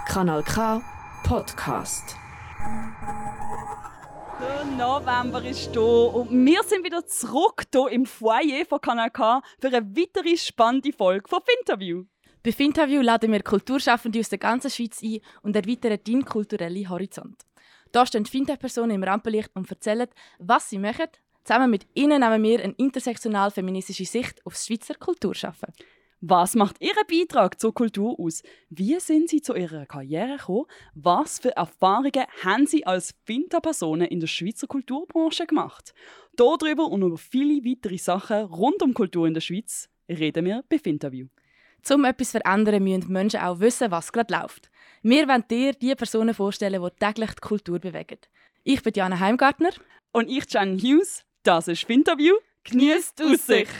Kanal K Podcast. Der November ist hier und wir sind wieder zurück hier im Foyer von Kanal K für eine weitere spannende Folge von Finterview. Bei Finterview laden wir Kulturschaffende aus der ganzen Schweiz ein und erweitern deinen kulturellen Horizont. Hier stehen Fintech-Personen im Rampenlicht und erzählen, was sie machen. Zusammen mit ihnen nehmen wir eine intersektional-feministische Sicht auf das Schweizer Kulturschaffen. Was macht Ihr Beitrag zur Kultur aus? Wie sind Sie zu Ihrer Karriere gekommen? Was für Erfahrungen haben Sie als Finter-Personen in der Schweizer Kulturbranche gemacht? Darüber und über viele weitere Sachen rund um Kultur in der Schweiz reden wir bei Finterview. Um etwas zu verändern, müssen Menschen auch wissen, was gerade läuft. Wir wollen dir die Personen vorstellen, die täglich die Kultur bewegen. Ich bin Jana Heimgartner. Und ich, Jan Hughes. Das ist Finterview. Geniesst die Aussicht!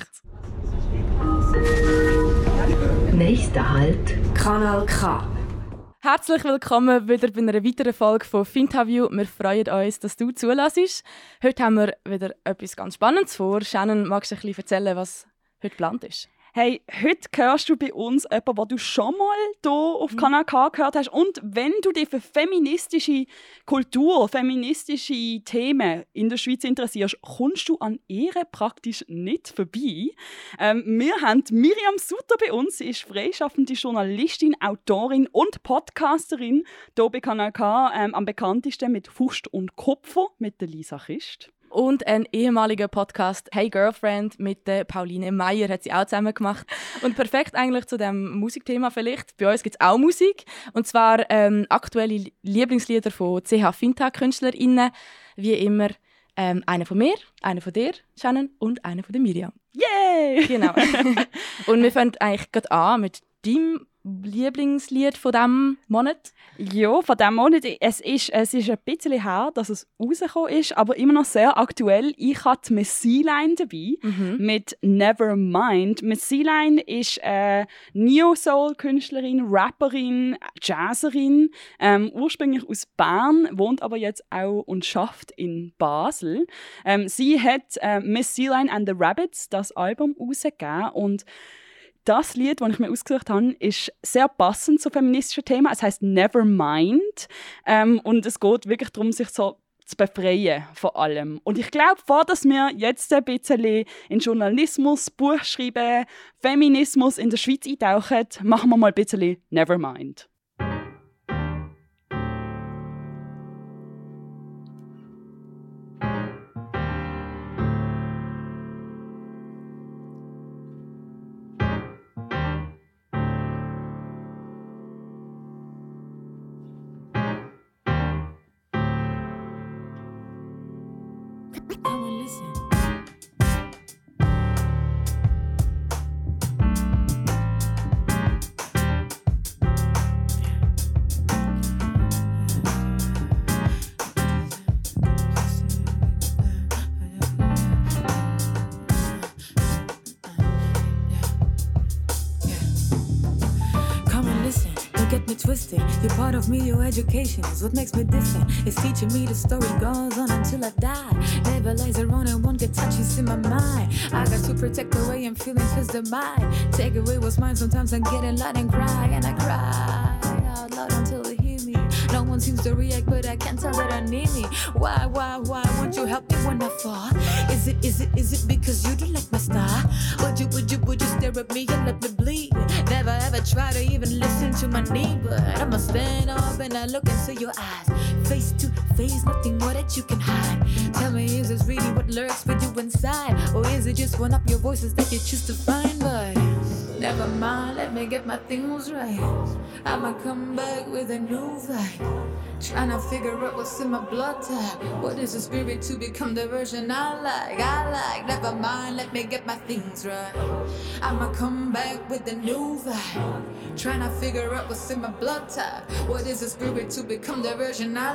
Nächster Halt, Kanal K. Herzlich willkommen wieder bei einer weiteren Folge von Finterview. Wir freuen uns, dass du zulässt. Heute haben wir wieder etwas ganz Spannendes vor. Shannon, magst du ein bisschen erzählen, was heute geplant ist? Hey, heute hörst du bei uns jemanden, den du schon mal hier auf Kanal K gehört hast. Und wenn du dich für feministische Kultur, feministische Themen in der Schweiz interessierst, kommst du an ihr praktisch nicht vorbei. Wir haben Miriam Sutter bei uns. Sie ist freischaffende Journalistin, Autorin und Podcasterin hier bei Kanal K. Am bekanntesten mit Faust und Kupfer mit der Lisa Christ. Und ein ehemaliger Podcast «Hey Girlfriend» mit der Pauline Meier hat sie auch zusammen gemacht. Und perfekt eigentlich zu dem Musikthema vielleicht. Bei uns gibt es auch Musik. Und zwar aktuelle Lieblingslieder von CH Finta-KünstlerInnen. Wie immer einer von mir, einer von dir, Shannon, und einer von der Miriam. Yay! Genau. Und wir fangen eigentlich gerade an mit deinem Lieblingslied von diesem Monat? Ja, von diesem Monat. Es ist ein bisschen her, dass es rausgekommen ist, aber immer noch sehr aktuell. Ich hatte Miss Sealine dabei mit Nevermind. Miss Sealine ist eine Neo-Soul-Künstlerin, Rapperin, Jazzerin, ursprünglich aus Bern, wohnt aber jetzt auch und schafft in Basel. Sie hat Miss Sealine and the Rabbits, das Album, rausgegeben und das Lied, das ich mir ausgesucht habe, ist sehr passend zu feministischen Themen. Es heisst Nevermind. Und es geht wirklich darum, sich so zu befreien von allem. Und ich glaube, bevor wir jetzt ein bisschen in Journalismus, Buchschreiben, Feminismus in der Schweiz eintauchen, machen wir mal ein bisschen Nevermind. Twisted. You're part of me, your education is what makes me different. It's teaching me the story goes on until I die. Never lies around and won't get touches in my mind. I got to protect the way I'm feeling cause they're mine. Take away what's mine, sometimes I get in loud and cry. And I cry out loud until they hear me. No one seems to react but I can't tell that I need me. Why, won't you help me when I fall? Is it because you don't like my style? Would you stare at me and let me bleed? Never ever try to even listen to my need, but I'ma stand up and I look into your eyes. Face to face, nothing more that you can hide. Tell me, is this really what lurks with you inside? Or is it just one of your voices that you choose to find? But never mind, let me get my things right. I'ma come back with a new vibe. Tryna figure out what's in my blood type. What is the spirit to become the version I like? Never mind, let me get my things right. I'ma come back with a new vibe. Tryna figure out what's in my blood type. What is the spirit to become the version I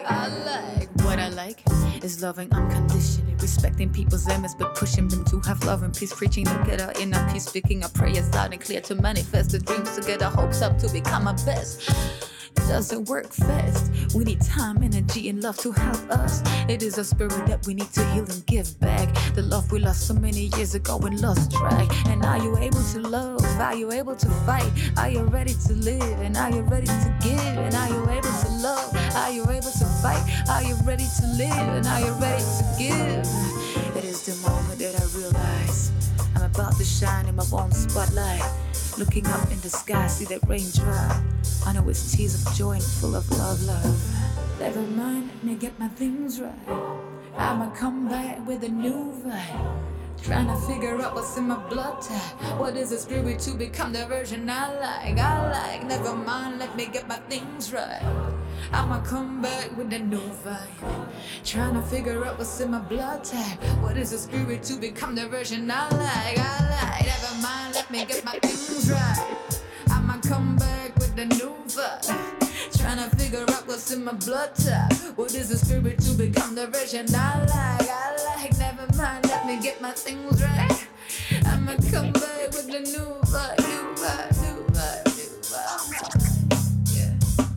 like? What I like is loving unconditionally, respecting people's limits but pushing them to have love and peace, preaching to get our inner peace, speaking our prayers loud and clear, to manifest the dreams, to get our hopes up, to become our best. It doesn't work fast. We need time, energy, and love to help us. It is a spirit that we need to heal and give back. The love we lost so many years ago and lost track. And are you able to love? Are you able to fight? Are you ready to live? And are you ready to give? And are you able to love? Are you able to fight? Are you ready to live? And are you ready to give? It is the moment that I realize I'm about to shine in my own spotlight. Looking up in the sky, see that raindrop. I know it's tears of joy and full of love. Never mind, let me get my things right. I'ma come back with a new vibe. Trying to figure out what's in my blood type. What is the spirit to become the version I like? Never mind, let me get my things right. I'ma come back with a new vibe. Trying to figure out what's in my blood type. What is the spirit to become the version I like? Never mind, let me get my things right. I'ma come back with a new vibe. Trying to figure out what's in my blood type. What is the spirit to become the version I like? Never mind, let me get my things right. I'ma come back with a new vibe, new vibe, new vibe, new vibe. Yeah.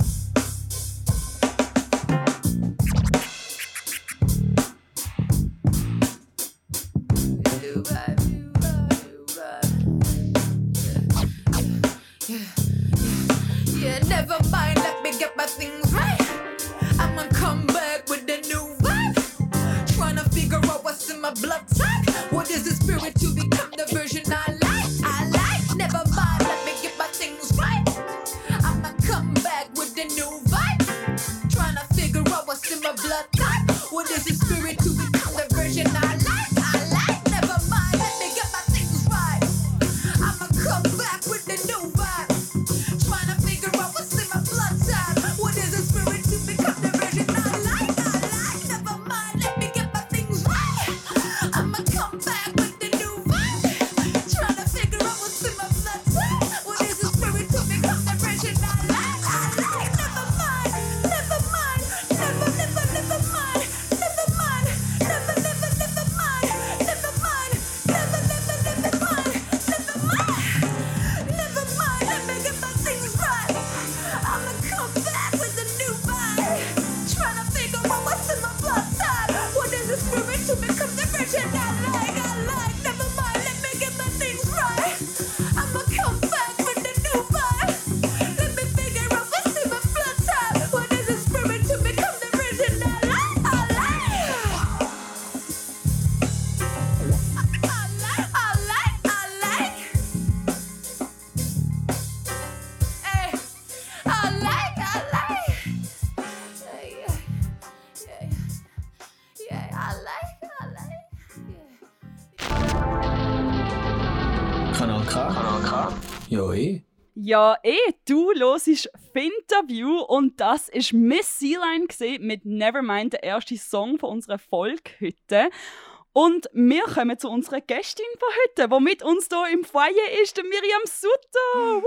New vibe, new vibe, new vibe. Yeah, never mind, let me get my things right. I'ma come back with a new vibe. Trying to figure out what's in my blood type. What is the spirit to become the version I like? Never mind, let me get my things right. I'ma come back with a new vibe. Trying to figure out what's in my blood type. What is the spirit to become the version I like? Never mind, let me get my things right. I'ma come back with a new vibe. Trying to figure out what's in my blood type. What is the spirit to become the version I like? Never mind, let me get my things right. I'ma come back with the new vibe. Trying to figure out what's in my blood type. What is the spirit to become the version I like? Never mind, never mind, never mind, never mind, never mind, never mind, never mind, never mind, never mind, let me get my things right. I'ma come back with a new vibe. Trying to figure out what's in my blood type. What is the spirit to become the version I like? Never mind, let me get my things right. I'ma come back with a new vibe. Let me figure out what's in my blood type. What is the spirit to become the version I like? I like. Hey, I like. Yeah, I like. Kanal K. Ja, Ja, du hörst Finterview und das ist Miss Sealine mit Nevermind, der erste Song von unserer Folge heute. Und wir kommen zu unserer Gästin von heute, die mit uns hier im Foyer ist, Miriam Sutter.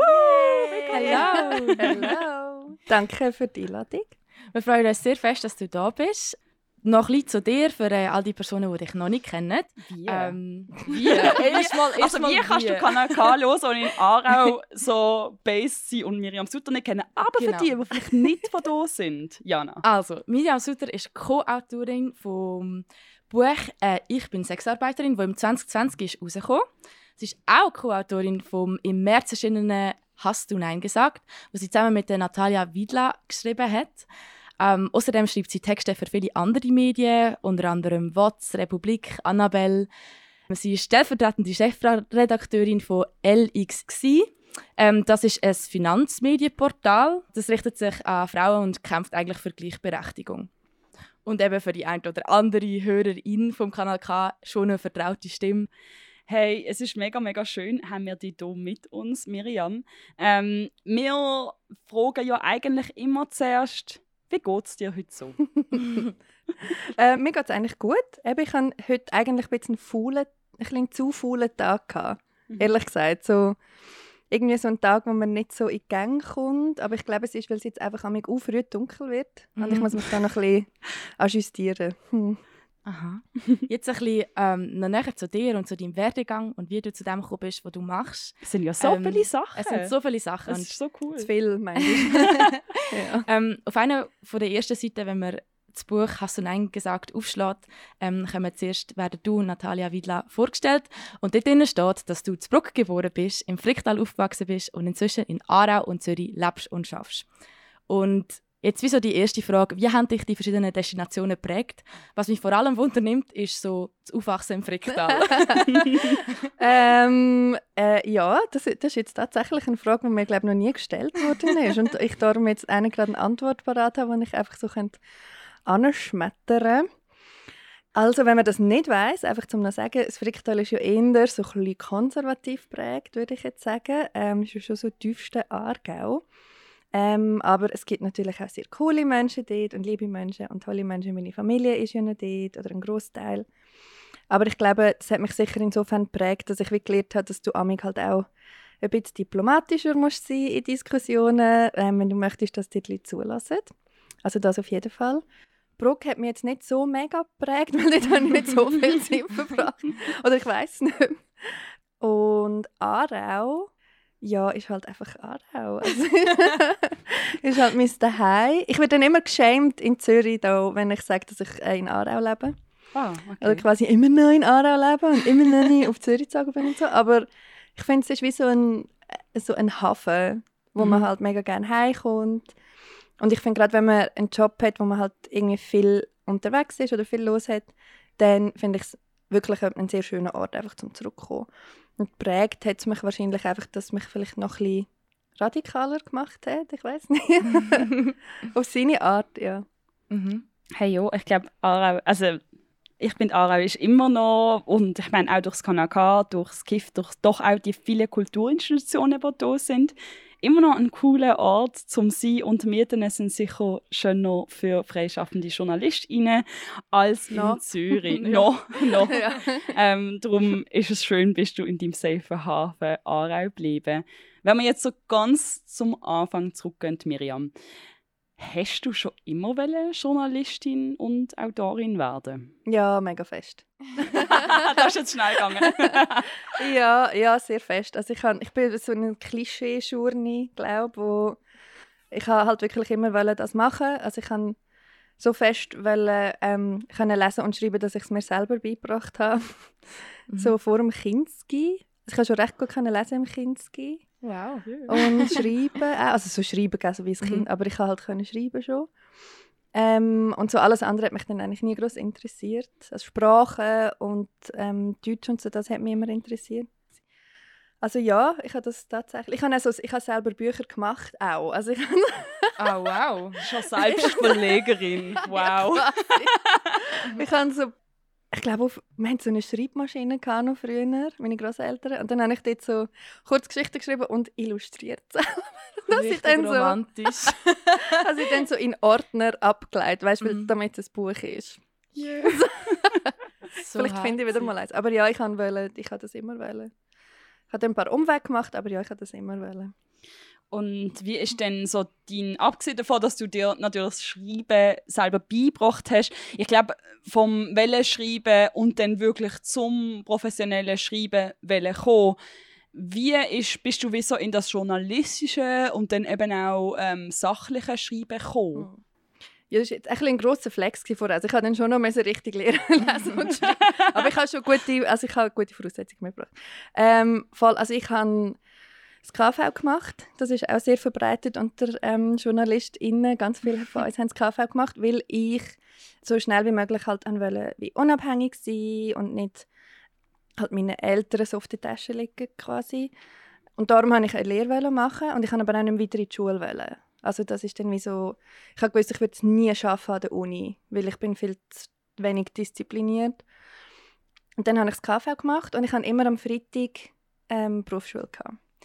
Hallo. Danke für die Einladung. Wir freuen uns sehr fest, dass du da bist. Noch ein bisschen zu dir, für all die Personen, die dich noch nicht kennen. Wie? Wie Kannst du Kanal K hören und in Aarau so based sein und Miriam Sutter nicht kennen? Aber Genau. für die vielleicht nicht von hier sind, Jana. Also, Miriam Sutter ist Co-Autorin vom Buch «Ich bin Sexarbeiterin», das im 2020 ist rausgekommen. Sie ist auch Co-Autorin vom im März erschienenen «Hast du Nein gesagt?», das sie zusammen mit der Natalia Wiedla geschrieben hat. Außerdem schreibt sie Texte für viele andere Medien, unter anderem WOTS, Republik, Annabelle. Sie ist stellvertretende Chefredakteurin von LXXi. Das ist ein Finanzmedienportal. Das richtet sich an Frauen und kämpft eigentlich für Gleichberechtigung. Und eben für die eine oder andere Hörerin vom Kanal K schon eine vertraute Stimme. Hey, es ist mega, mega schön, haben wir dich hier mit uns, Miriam. Wir fragen ja eigentlich immer zuerst, wie geht es dir heute so? Mir geht es eigentlich gut. Ich hatte heute eigentlich ein bisschen zu faulen Tag gehabt, ehrlich gesagt. So, irgendwie so ein Tag, wo man nicht so in die Gänge kommt. Aber ich glaube, es ist, weil es jetzt einfach am früh dunkel wird. Und ich muss mich da noch ein bisschen adjustieren. Aha. Jetzt ein bisschen noch näher zu dir und zu deinem Werdegang und wie du zu dem gekommen bist, was du machst. Es sind ja so viele Sachen. Es sind so viele Sachen. Das ist so cool. Zu viel, meine ich. Ja. Auf einer von der ersten Seiten, wenn man das Buch «Hast du Nein gesagt» aufschlägt, werden du und Natalia Widla vorgestellt. Und dort drinnen steht, dass du in Bruck geboren bist, im Fricktal aufgewachsen bist und inzwischen in Aarau und Zürich lebst und schaffst. Und jetzt wie so die erste Frage, wie haben dich die verschiedenen Destinationen geprägt? Was mich vor allem wundernimmt, ist so das Aufwachsen im Fricktal. Ja, das ist jetzt tatsächlich eine Frage, die mir glaube noch nie gestellt worden ist. Und ich darum jetzt gerade eine Antwort parat habe, die ich einfach so anschmettern. Also, wenn man das nicht weiss, einfach zum noch sagen, das Fricktal ist ja eher so ein bisschen konservativ geprägt, würde ich jetzt sagen. Es ist ja schon so tiefste Aargau. Aber es gibt natürlich auch sehr coole Menschen dort und liebe Menschen und tolle Menschen. Meine Familie ist ja noch dort oder ein Großteil. Aber ich glaube, das hat mich sicher insofern geprägt, dass ich wie gelernt habe, dass du amig halt auch ein bisschen diplomatischer musst sein in Diskussionen, wenn du möchtest, dass die Leute zulassen. Also das auf jeden Fall. Bruck hat mich jetzt nicht so mega geprägt, weil dort habe ich nicht so viel Zeit verbracht. Oder ich weiss nicht. Und Aarau, ja, ist halt einfach Aarau. Also, ist halt mein Zuhause. Ich werde dann immer geschämt in Zürich, da, wenn ich sage, dass ich in Aarau lebe. Ah, okay. Also quasi immer noch in Aarau lebe und immer noch nicht auf Zürich gezogen bin und so. Aber ich finde, es ist wie so ein Hafen, wo man halt mega gerne heimkommt. Und ich finde, gerade wenn man einen Job hat, wo man halt irgendwie viel unterwegs ist oder viel los hat, dann finde ich es wirklich einen sehr schönen Ort, einfach zum Zurückkommen. Und geprägt hat es mich wahrscheinlich einfach, dass es mich vielleicht noch ein bisschen radikaler gemacht hat. Ich weiß nicht. Auf seine Art, ja. Mhm. Hey, ja, ich glaube, Aarau, also ich finde, Aarau ist immer noch, und ich meine auch durch das KNK, durch das KIF, durch doch auch die vielen Kulturinstitutionen, die da sind, immer noch ein cooler Ort zum sein, und die Mieten sind sicher schöner für freischaffende JournalistInnen als in Zürich. Noch. Ja. Darum ist es schön, bist du in deinem safen Hafen Aarau geblieben. Wenn wir jetzt so ganz zum Anfang zurückgehen, Miriam, hast du schon immer Journalistin und Autorin werden? Ja, mega fest. Das ist jetzt schnell gegangen. ja, sehr fest. Also ich bin so eine Klischee-Journey, glaube wo ich halt wirklich immer das machen. Also ich kann so fest können lesen und schreiben, dass ich es mir selber beigebracht habe. So vor dem Kinski. Also ich kann schon recht gut lesen im Kinski. Wow. Und schreiben, also so schreiben, also wie ein Kind, aber ich kann halt schreiben schon. Und so alles andere hat mich dann eigentlich nie groß interessiert. Also Sprache und Deutsch und so, das hat mich immer interessiert. Also ja, ich habe das tatsächlich. Ich habe selber Bücher gemacht, auch. Also ich oh wow, schon Selbstverlegerin. Wow. Ich habe so, ich glaube, wir hatten so eine Schreibmaschine noch früher, meine Grosseltern. Und dann habe ich dort so Kurzgeschichten geschrieben und illustriert. Richtig romantisch. Also ich dann so in Ordner abgeleitet, weißt du, damit es ein Buch ist. Yeah. So vielleicht finde ich wieder mal eins. Aber ja, ich kann das immer wollen. Ich habe ein paar Umwege gemacht, aber ja, ich kann das immer wollen. Und wie ist denn so abgesehen davon, dass du dir natürlich das Schreiben selber beigebracht hast, ich glaube, vom Schreiben und dann wirklich zum professionellen Schreiben kommen, wie bist du wie so in das journalistische und dann eben auch sachliche Schreiben gekommen? Ja, das war jetzt ein grosser Flex vorher. Also ich habe dann schon noch richtig lernen, lesen und schreiben. Aber ich habe schon gute Voraussetzungen mitgebracht. Also ich habe das KV gemacht. Das ist auch sehr verbreitet unter JournalistInnen. Ganz viele von uns haben das KV gemacht, weil ich so schnell wie möglich halt wollte, wie unabhängig sein und nicht halt meine Eltern so auf der Tasche liegen quasi. Und darum wollte ich eine Lehre machen und ich wollte aber auch nicht weiter in die Schule wollen. Also das ist dann wie so, ich habe gewusst, ich würde es nie schaffen an der Uni, weil ich bin viel zu wenig diszipliniert. Und dann habe ich das KV gemacht und ich hatte immer am Freitag Berufsschule gehabt.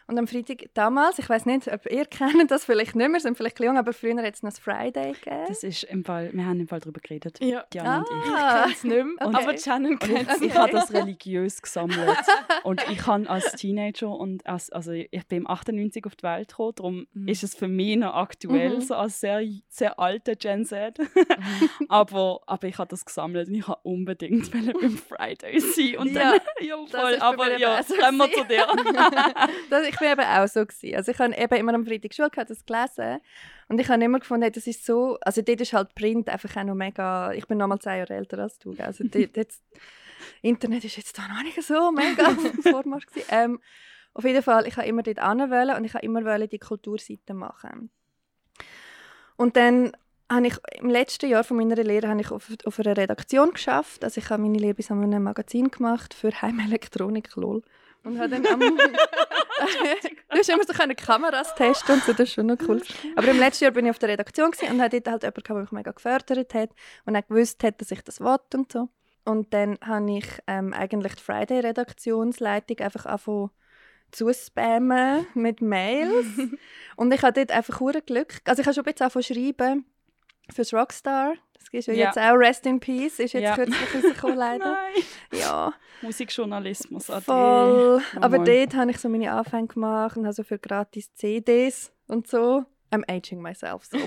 Und am Freitag damals, ich weiss nicht, ob ihr kennt das vielleicht nicht mehr, sind vielleicht jung, aber früher hat es noch das Friday gegeben. Das ist im Fall, wir haben im Fall darüber geredet. Ja. Diana und ich. Ich kenne es nicht mehr, Okay. aber Shannon kennt es. Ich habe das religiös gesammelt. Und ich habe als Teenager und also ich bin 98 auf die Welt gekommen, darum ist es für mich noch aktuell, so als sehr, sehr alter Gen Z. aber ich habe das gesammelt und ich habe unbedingt beim Friday sein. Und Ja, dann, ja voll, aber ja, kommen wir zu dir. Ich war eben auch so gewesen. Also ich habe eben immer am Freitag Schule gehabt, das gelesen. Und ich habe immer gefunden, hey, das ist so, also dort ist halt Print einfach auch noch mega, ich bin noch mal 10 Jahre älter als du, also dort jetzt, Internet ist jetzt da noch nicht so mega auf dem Vormarsch gewesen. Auf jeden Fall, ich habe immer dort hinwollen und ich habe immer die Kulturseite machen. Und dann habe ich im letzten Jahr von meiner Lehre habe ich auf einer Redaktion geschafft. Also ich habe meine Lehre bis an einem Magazin gemacht für Heimelektronik, lol. Und habe dann du hast immer so Kameras testen und so, das ist schon noch cool. Aber im letzten Jahr bin ich auf der Redaktion und hatte dort halt jemanden, der mich mega gefördert hat und auch gewusst hat, dass ich das will und so. Und dann habe ich eigentlich die Friday-Redaktionsleitung einfach angefangen zu spammen mit Mails. Und ich hatte dort einfach hure Glück. Also ich habe schon ein bisschen angefangen zu schreiben fürs Rockstar. Das ist ja jetzt auch Rest in Peace, ist jetzt kürzlich rausgekommen, leider. Nein. Ja. Musikjournalismus. Voll. Aber dort habe ich so meine Anfänge gemacht und habe so für gratis CDs und so. I'm aging myself so.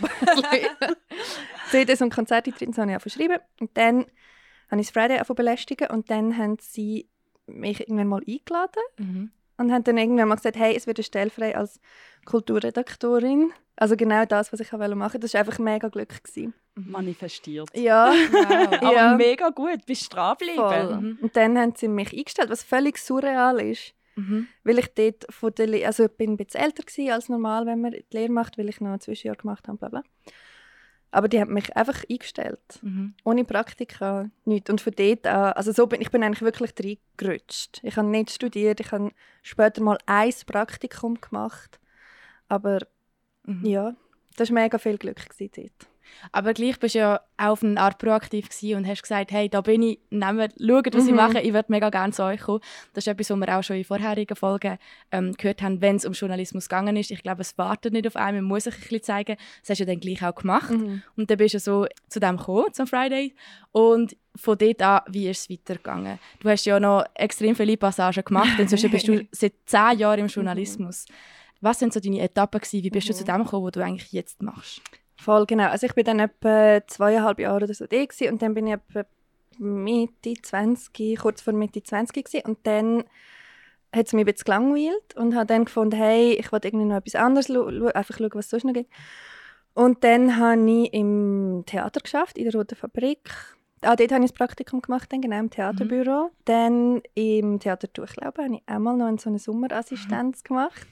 CDs und Konzerte drin, so habe ich auch verschrieben. Und dann habe ich das Friday angefangen belästigen und dann haben sie mich irgendwann mal eingeladen und haben dann irgendwann mal gesagt, hey, es wird eine Stelle frei als Kulturredaktorin. Also genau das, was ich machen wollte. Das war einfach mega Glück gewesen. Manifestiert. Ja. Wow. Aber Ja. mega gut, bist du dranbleiben. Und dann haben sie mich eingestellt, was völlig surreal ist. Weil ich dort also ich bin ein bisschen älter gewesen als normal, wenn man die Lehre macht, weil ich noch ein Zwischenjahr gemacht habe, bla bla. Aber die haben mich einfach eingestellt. Ohne Praktika, nichts. Und von dort an, also so ich bin eigentlich wirklich reingerutscht. Ich habe nicht studiert, ich habe später mal ein Praktikum gemacht. Aber ja, das war mega viel Glück dort. Aber gleich bist du ja auch auf eine Art proaktiv gewesen und hast gesagt, hey, da bin ich, schaut, was ich mache, ich würde mega gerne zu euch kommen. Das ist etwas, was wir auch schon in vorherigen Folgen gehört haben, wenn es um Journalismus gegangen ist. Ich glaube, es wartet nicht auf einen, man muss sich ein bisschen zeigen. Das hast du ja dann gleich auch gemacht. Und dann bist du so zu dem gekommen, zum Friday. Und von dort an, wie ist es weitergegangen? Du hast ja noch extrem viele Passagen gemacht, inzwischen bist du seit 10 Jahren im Journalismus. Was waren so deine Etappen gewesen? Wie bist du zu dem gekommen, was du eigentlich jetzt machst? Voll, genau. Also ich war dann etwa 2,5 Jahre oder so da gewesen, und dann bin ich etwa Mitte 20, kurz vor Mitte 20 gewesen, und dann hat es mich ein bisschen gelangweilt und habe dann gefunden, hey, ich will irgendwie noch etwas anderes einfach schauen, was es sonst noch gibt. Und dann habe ich im Theater geschafft, in der Roten Fabrik. Dort habe ich ein Praktikum gemacht, dann, genau im Theaterbüro. Dann im Theater Durchlauben habe ich einmal noch so eine Sommerassistenz gemacht.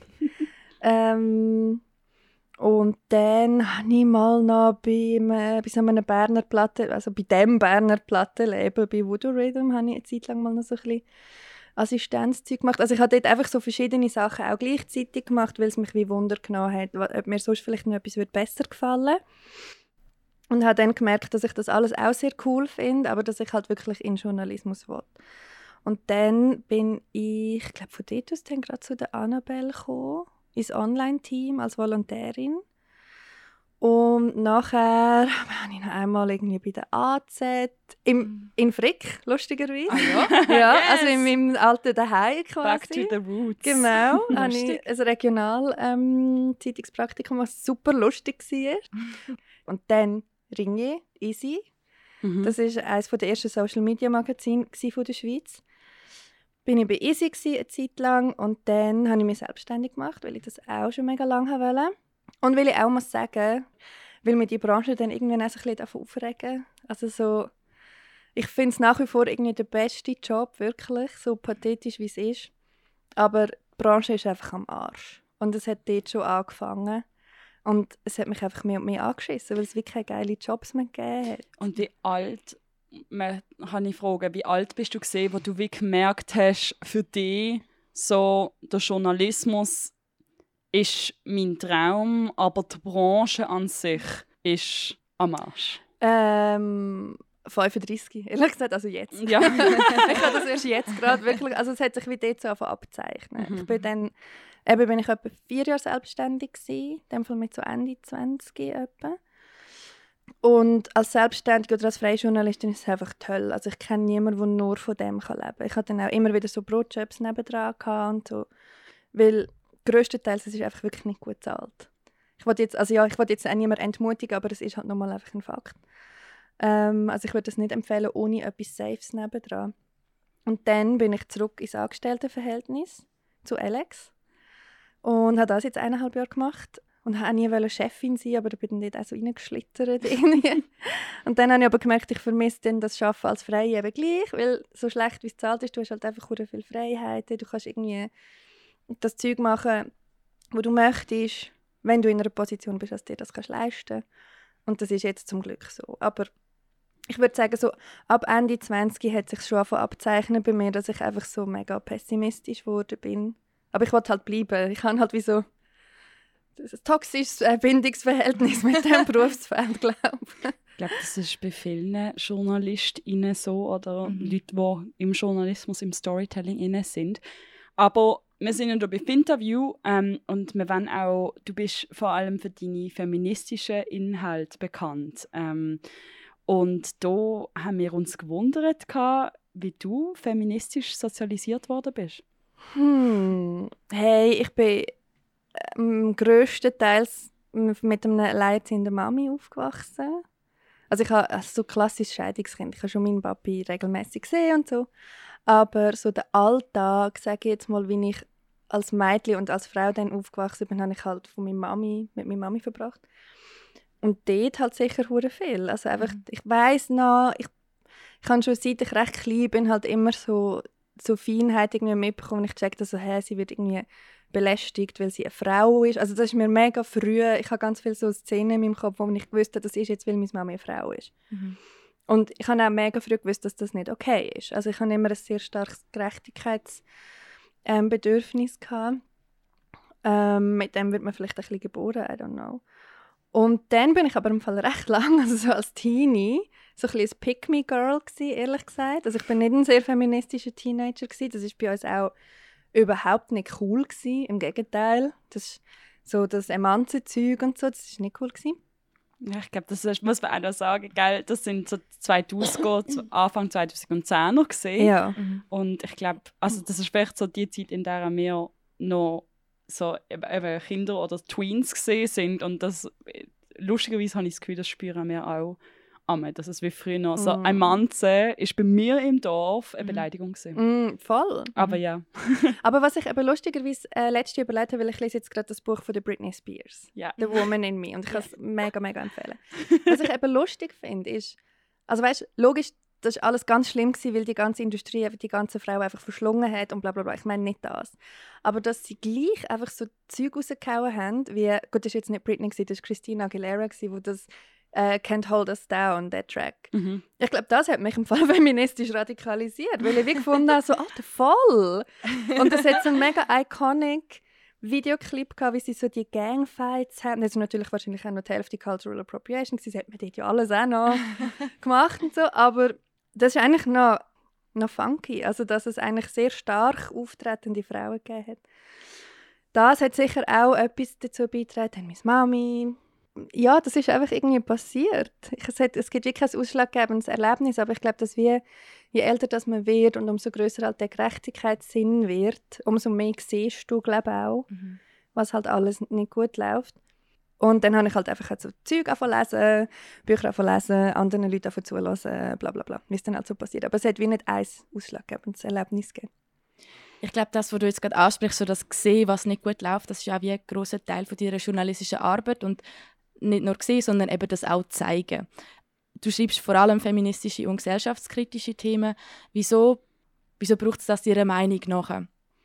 Und dann habe ich mal noch bei so einem Berner Platte, also bei dem Berner Plattenlabel, bei Voodoo Rhythm, habe ich eine Zeit lang mal noch so ein bisschen Assistenzzeug gemacht. Also ich habe dort einfach so verschiedene Sachen auch gleichzeitig gemacht, weil es mich wie Wunder genommen hat, ob mir sonst vielleicht noch etwas besser gefallen würde. Und habe dann gemerkt, dass ich das alles auch sehr cool finde, aber dass ich halt wirklich in Journalismus will. Und dann bin ich glaube von dort aus dann gerade zu der Annabelle gekommen, ins Online-Team als Volontärin. Und nachher habe ich noch einmal irgendwie bei der AZ in Frick, lustigerweise. Ja, Yes. also in meinem alten Daheim quasi. Back to the roots. Genau, habe ich ein Regional-Zeitungspraktikum, was super lustig war. Und dann Ringier, Easy. Das war eines der ersten Social-Media-Magazine von der Schweiz. Bin ich bei Easy eine Zeit lang und dann habe ich mich selbstständig gemacht, weil ich das auch schon mega lange wollte. Und weil ich auch muss sagen, weil mir die Branche dann irgendwann auch so ein bisschen aufregen. Also so, ich finde es nach wie vor irgendwie der beste Job, wirklich, so pathetisch wie es ist. Aber die Branche ist einfach am Arsch. Und es hat dort schon angefangen. Und es hat mich einfach mehr und mehr angeschissen, weil es wirklich keine geilen Jobs mehr gegeben hat. Und wie alt, habe ich fragen, wie alt bist du gesehen, wo du wie gemerkt hast, für dich so der Journalismus ist mein Traum, aber die Branche an sich ist am Arsch? 35, ehrlich gesagt, also jetzt. Ja. Ich habe das erst jetzt gerade wirklich, also es hat sich wie dort so abzeichnen. Ich bin dann, bin ich etwa 4 Jahre selbstständig gewesen, in dem Fall mit so Ende 20 etwa. Und als Selbstständige oder als freie Journalistin ist es einfach toll. Also ich kenne niemanden, der nur von dem leben kann. Ich hatte dann auch immer wieder so Brotjobs nebendran und so, weil grösstenteils es ist einfach wirklich nicht gut bezahlt. Ich wollte jetzt auch niemanden entmutigen, aber es ist halt nochmal einfach ein Fakt. Also ich würde das nicht empfehlen, ohne etwas Safes nebendran. Und dann bin ich zurück ins Angestelltenverhältnis zu Alex und habe das jetzt 1,5 Jahre gemacht. Und wollte nie Chefin sein, aber da bin ich dort auch so reingeschlittert. Und dann habe ich aber gemerkt, ich vermisse dann das Arbeiten als Freie eben gleich, weil so schlecht wie es zahlt ist, du hast halt einfach sehr viel Freiheiten. Du kannst irgendwie das Zeug machen, was du möchtest, wenn du in einer Position bist, dass du dir das leisten kannst. Und das ist jetzt zum Glück so. Aber ich würde sagen, so ab Ende 20 hat sich schon abzeichnen bei mir, dass ich einfach so mega pessimistisch geworden bin. Aber ich wollte halt bleiben. Ich habe halt wie so ein toxisches Bindungsverhältnis mit diesem Berufsfeld, glaube ich. Ich glaube, das ist bei vielen JournalistInnen so oder Leuten, die im Journalismus, im Storytelling inne sind. Aber wir sind ja hier bei Finterview und wir wollen auch, du bist vor allem für deine feministischen Inhalte bekannt. Und da haben wir uns gewundert, wie du feministisch sozialisiert worden bist. Hey, ich bin grösstenteils mit einem alleinerziehenden Mami aufgewachsen. Also ich habe so klassisches Scheidungskind. Ich habe schon meinen Papi regelmäßig gesehen und so. Aber so den Alltag, sage ich jetzt mal, wie ich als Mädchen und als Frau dann aufgewachsen bin, habe ich halt mit meiner Mami verbracht. Und dort halt sicher hure viel. Also einfach, ich weiss noch, ich habe schon seit ich recht klein bin halt immer so Feinheit irgendwie mitbekommen. Ich checke das so, sie wird irgendwie belästigt, weil sie eine Frau ist. Also das ist mir mega früh. Ich habe ganz viele so Szenen in meinem Kopf, wo ich wusste, das ist jetzt, weil meine Mama eine Frau ist. Und ich habe auch mega früh gewusst, dass das nicht okay ist. Also ich habe immer ein sehr starkes Gerechtigkeitsbedürfnis gehabt. Mit dem wird man vielleicht ein bisschen geboren, I don't know. Und dann bin ich aber im Fall recht lang, also so als Teenie, so ein bisschen ein Pick-me-Girl gewesen, ehrlich gesagt. Also ich bin nicht ein sehr feministischer Teenager gewesen. Das ist bei uns auch überhaupt nicht cool gewesen. Im Gegenteil, das so das Emanze-Zeug und so, das ist nicht cool gewesen. Ja, ich glaube, das muss man auch noch sagen, gell? Das sind so 2000, Anfang 2010 noch gesehen. Ja. Und ich glaube, also das ist vielleicht so die Zeit, in der wir noch so eben Kinder oder Tweens gesehen sind. Und das, lustigerweise habe ich das Gefühl, das spüren wir auch. Dass es wie früher noch so ein Manze ist bei mir im Dorf eine Beleidigung gewesen. Voll. Aber ja. Aber was ich eben lustigerweise letztes Jahr überlegt habe, weil ich lese jetzt gerade das Buch von der Britney Spears, The Woman in Me, und ich kann es mega, mega empfehlen. Was ich eben lustig finde, ist, also weißt, logisch, das war alles ganz schlimm gewesen, weil die ganze Industrie einfach die ganze Frau einfach verschlungen hat und bla bla bla. Ich meine nicht das. Aber dass sie gleich einfach so Zeug rausgehauen haben, wie, gut, das war jetzt nicht Britney, das war Christina Aguilera, die das Can't Hold Us Down, der Track. Ich glaube, das hat mich im Fall feministisch radikalisiert, weil ich wie gefunden habe, so, Alter, voll! Und das hat so einen mega iconic Videoclip gehabt, wie sie so die Gangfights haben. Das ist natürlich wahrscheinlich auch noch die Hälfte Cultural Appropriation. Sie hat mir dort ja alles auch noch gemacht und so, aber das ist eigentlich noch funky, also dass es eigentlich sehr stark auftretende Frauen gegeben hat. Das hat sicher auch etwas dazu beigetragen, meine Mami. Ja, das ist einfach irgendwie passiert. Es gibt wirklich ein ausschlaggebendes Erlebnis, aber ich glaube, dass je älter das man wird und umso grösser halt der Gerechtigkeitssinn wird, umso mehr siehst du, glaube ich, auch, was halt alles nicht gut läuft. Und dann habe ich halt einfach so Zeug lesen, Bücher lesen, anderen Leuten zuhören, bla bla bla, wie es dann halt so passiert. Aber es hat wie nicht ein ausschlaggebendes Erlebnis gegeben. Ich glaube, das, was du jetzt gerade ansprichst, so das Sehen, was nicht gut läuft, das ist auch wie ein grosser Teil von deiner journalistischen Arbeit und nicht nur sehen, sondern eben das auch zeigen. Du schreibst vor allem feministische und gesellschaftskritische Themen. Wieso braucht es das deiner Meinung nach?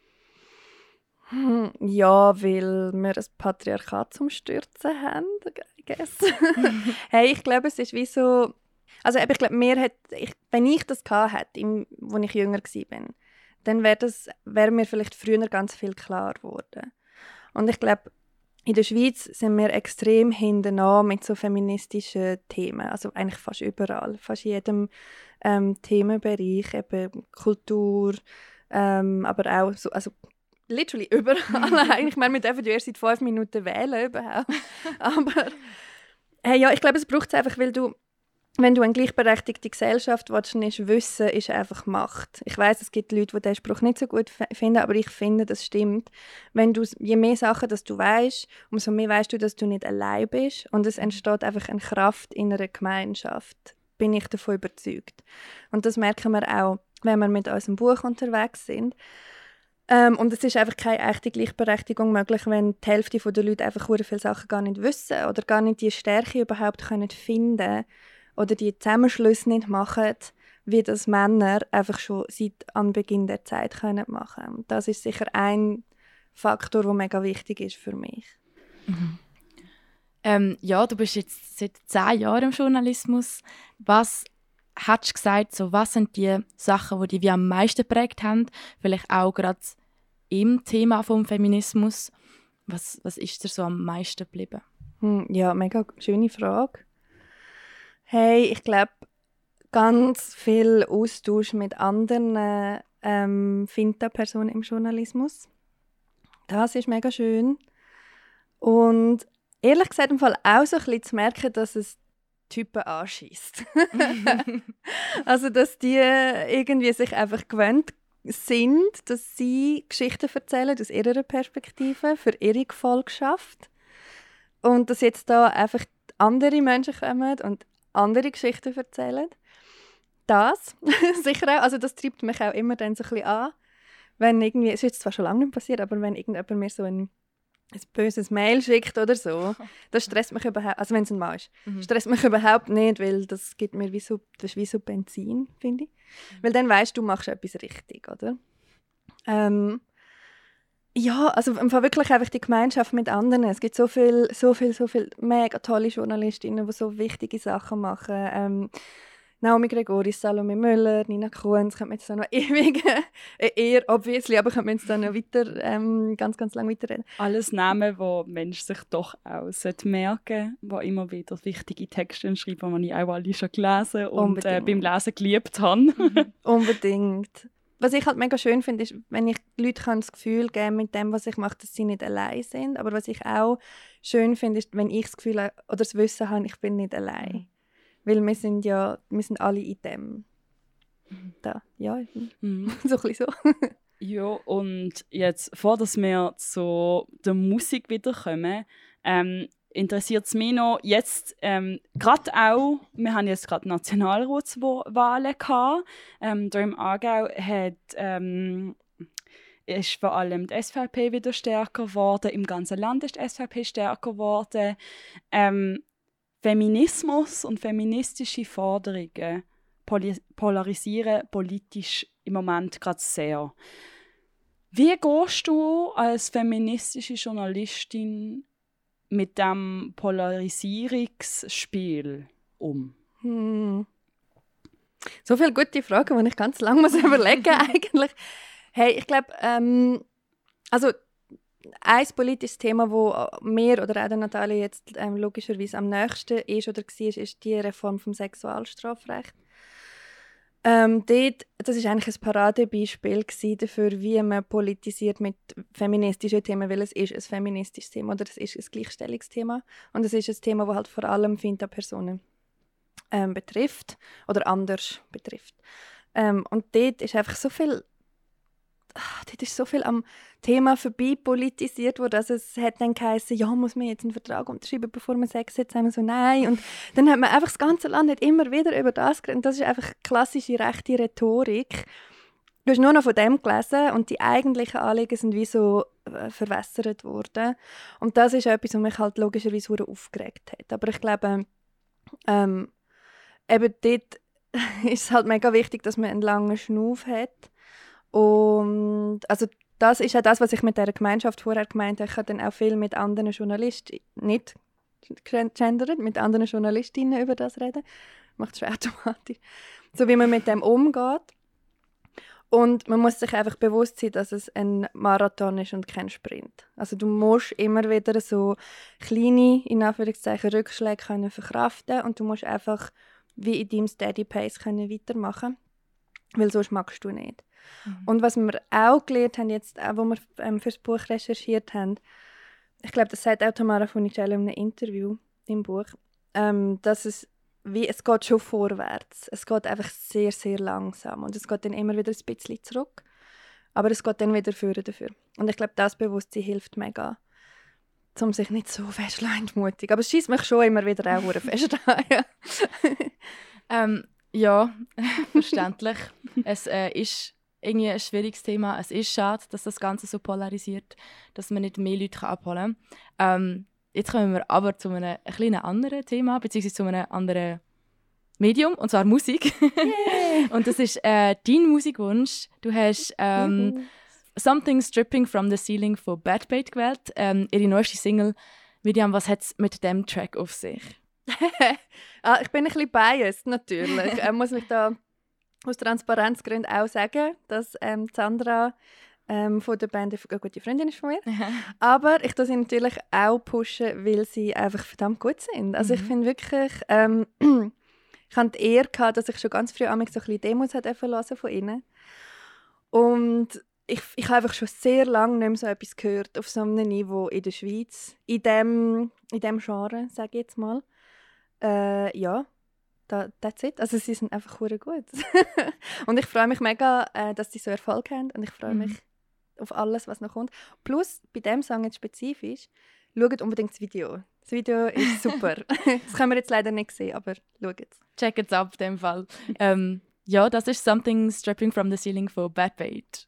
Ja, weil wir ein Patriarchat zum Stürzen haben, I guess. Hey, ich glaube, es ist wie so... Also ich glaube, wenn ich das hatte, als ich jünger war, dann wäre mir vielleicht früher ganz viel klar geworden. Und ich glaube, in der Schweiz sind wir extrem hinten mit so feministischen Themen, also eigentlich fast überall, fast in jedem Themenbereich, eben Kultur, aber auch so, also literally überall eigentlich. Ich meine, wir dürfen ja erst seit 5 Minuten wählen überhaupt. Aber hey, ja, ich glaube, es braucht es einfach, weil wenn du eine gleichberechtigte Gesellschaft willst, nicht wissen, ist einfach Macht. Ich weiss, es gibt Leute, die diesen Spruch nicht so gut finden, aber ich finde, das stimmt. Je mehr Sachen, dass du weißt, umso mehr weißt du, dass du nicht allein bist und es entsteht einfach eine Kraft in einer Gemeinschaft. Bin ich davon überzeugt. Und das merken wir auch, wenn wir mit unserem Buch unterwegs sind. Und es ist einfach keine echte Gleichberechtigung möglich, wenn die Hälfte der Leute einfach sehr viele Sachen gar nicht wissen oder gar nicht die Stärke überhaupt finden können oder die Zusammenschlüsse nicht machen, wie das Männer einfach schon seit Anbeginn der Zeit können machen. Und das ist sicher ein Faktor, der mega wichtig ist für mich. Ja, du bist jetzt seit 10 Jahren im Journalismus. Was hast du gesagt, so, was sind die Sachen, die dich wie am meisten geprägt haben? Vielleicht auch gerade im Thema vom Feminismus. Was ist dir so am meisten geblieben? Ja, mega schöne Frage. Hey, ich glaube, ganz viel Austausch mit anderen Finta-Personen im Journalismus. Das ist mega schön. Und ehrlich gesagt im Fall auch so ein bisschen zu merken, dass es Typen anschießt. Also, dass die irgendwie sich einfach gewöhnt sind, dass sie Geschichten erzählen aus ihrer Perspektive für ihre Gefolgschaft. Und dass jetzt da einfach andere Menschen kommen und andere Geschichten erzählen. Das sicher auch, also das treibt mich auch immer dann so ein bisschen an. Wenn irgendwie, es ist jetzt zwar schon lange nicht passiert, aber wenn irgendjemand mir so ein böses Mail schickt oder so, das stresst mich überhaupt, also wenn es ein Mann ist, stresst mich überhaupt nicht, weil das gibt mir das ist wie so Benzin, finde ich. Weil dann weisst du, machst etwas richtig, oder? Ja, also wirklich einfach die Gemeinschaft mit anderen. Es gibt so viel mega tolle Journalistinnen, die so wichtige Sachen machen. Naomi Gregoris, Salome Müller, Nina Kunz, könnte man jetzt noch ewig, eher obviously, aber könnte man jetzt dann noch weiter, ganz, ganz lange weiterreden. Alles Namen, die Menschen sich doch auch merken sollten, die immer wieder wichtige Texte schreiben, die ich auch alle schon gelesen und beim Lesen geliebt habe. Unbedingt. Was ich halt mega schön finde, ist, wenn ich Leute das Gefühl geben mit dem, was ich mache, dass sie nicht allein sind. Aber was ich auch schön finde, ist, wenn ich das Gefühl oder das Wissen habe, ich bin nicht allein. Weil wir sind alle in dem. Da, ja, so ein bisschen so. Ja, und jetzt, bevor wir zu der Musik wiederkommen, interessiert es mich noch, jetzt gerade auch, wir haben jetzt gerade Nationalratswahlen gehabt. Hier im Aargau ist vor allem die SVP wieder stärker geworden, im ganzen Land ist die SVP stärker geworden. Feminismus und feministische Forderungen polarisieren politisch im Moment gerade sehr. Wie gehst du als feministische Journalistin mit dem Polarisierungsspiel um? So viele gute Fragen, die ich ganz lange überlegen muss eigentlich. Hey, ich glaube, also ein politisches Thema, das mir oder auch der Natalia jetzt logischerweise am nächsten ist oder war, ist die Reform des Sexualstrafrechts. Das war eigentlich ein Paradebeispiel dafür, wie man politisiert mit feministischen Themen, weil es ist ein feministisches Thema oder es ist ein Gleichstellungsthema. Und es ist ein Thema, das halt vor allem Finta-Personen betrifft oder anders betrifft. Und dort ist einfach so viel am Thema vorbei politisiert worden, also es hat dann geheißen, ja, muss man jetzt einen Vertrag unterschreiben, bevor man Sex hat, sagen wir so, nein. Und dann hat man einfach das ganze Land nicht immer wieder über das geredet. Und das ist einfach klassische rechte Rhetorik. Du hast nur noch von dem gelesen und die eigentlichen Anliegen sind wie so verwässert worden. Und das ist etwas, was mich halt logischerweise aufgeregt hat. Aber ich glaube, eben dort ist es halt mega wichtig, dass man einen langen Schnuff hat. Und also das ist auch das, was ich mit dieser Gemeinschaft vorher gemeint habe. Ich habe dann auch viel mit anderen Journalisten, nicht gendert, mit anderen Journalistinnen über das reden. Macht es schwer automatisch. So wie man mit dem umgeht. Und man muss sich einfach bewusst sein, dass es ein Marathon ist und kein Sprint. Also du musst immer wieder so kleine, in Anführungszeichen, Rückschläge können verkraften und du musst einfach wie in deinem Steady Pace können weitermachen, weil sonst magst du nicht. Und was wir auch gelernt haben, jetzt, auch, wo wir für das Buch recherchiert haben, ich glaube, das sagt auch Tamara Funicello in einem Interview im Buch, dass es geht schon vorwärts. Es geht einfach sehr, sehr langsam. Und es geht dann immer wieder ein bisschen zurück. Aber es geht dann wieder vorne dafür. Und ich glaube, das Bewusstsein hilft mega, um sich nicht so fest entmutig. Aber es scheisst mich schon immer wieder auch fest an. Ja, verständlich. Es ist irgendwie ein schwieriges Thema. Es ist schade, dass das Ganze so polarisiert, dass man nicht mehr Leute abholen kann. Jetzt kommen wir aber zu einem kleinen anderen Thema, beziehungsweise zu einem anderen Medium, und zwar Musik. Und das ist dein Musikwunsch. Du hast «Something's Dripping from the Ceiling» von Bad Bait gewählt. Ihre neueste Single. Miriam, was hat es mit dem Track auf sich? Ich bin ein bisschen biased, natürlich. Muss ich da aus Transparenzgründen auch sagen, dass Sandra von der Band eine gute Freundin ist von mir. Aber ich tue sie natürlich auch pushen, weil sie einfach verdammt gut sind. Also ich finde wirklich, ich hatte die Ehre gehabt, dass ich schon ganz früh so ein bisschen Demos hören von ihnen. Und ich habe einfach schon sehr lange nicht mehr so etwas gehört auf so einem Niveau in der Schweiz. In dem Genre, sage ich jetzt mal. Ja, that's it. Also sie sind einfach gut. Und ich freue mich mega, dass sie so Erfolg haben. Und ich freue mich auf alles, was noch kommt. Plus, bei diesem Song jetzt spezifisch, schaut unbedingt das Video. Das Video ist super. Das können wir jetzt leider nicht sehen, aber schaut es. Check es ab, in dem Fall. Ja, das ist «Something's Dripping from the Ceiling» von Bad Bait.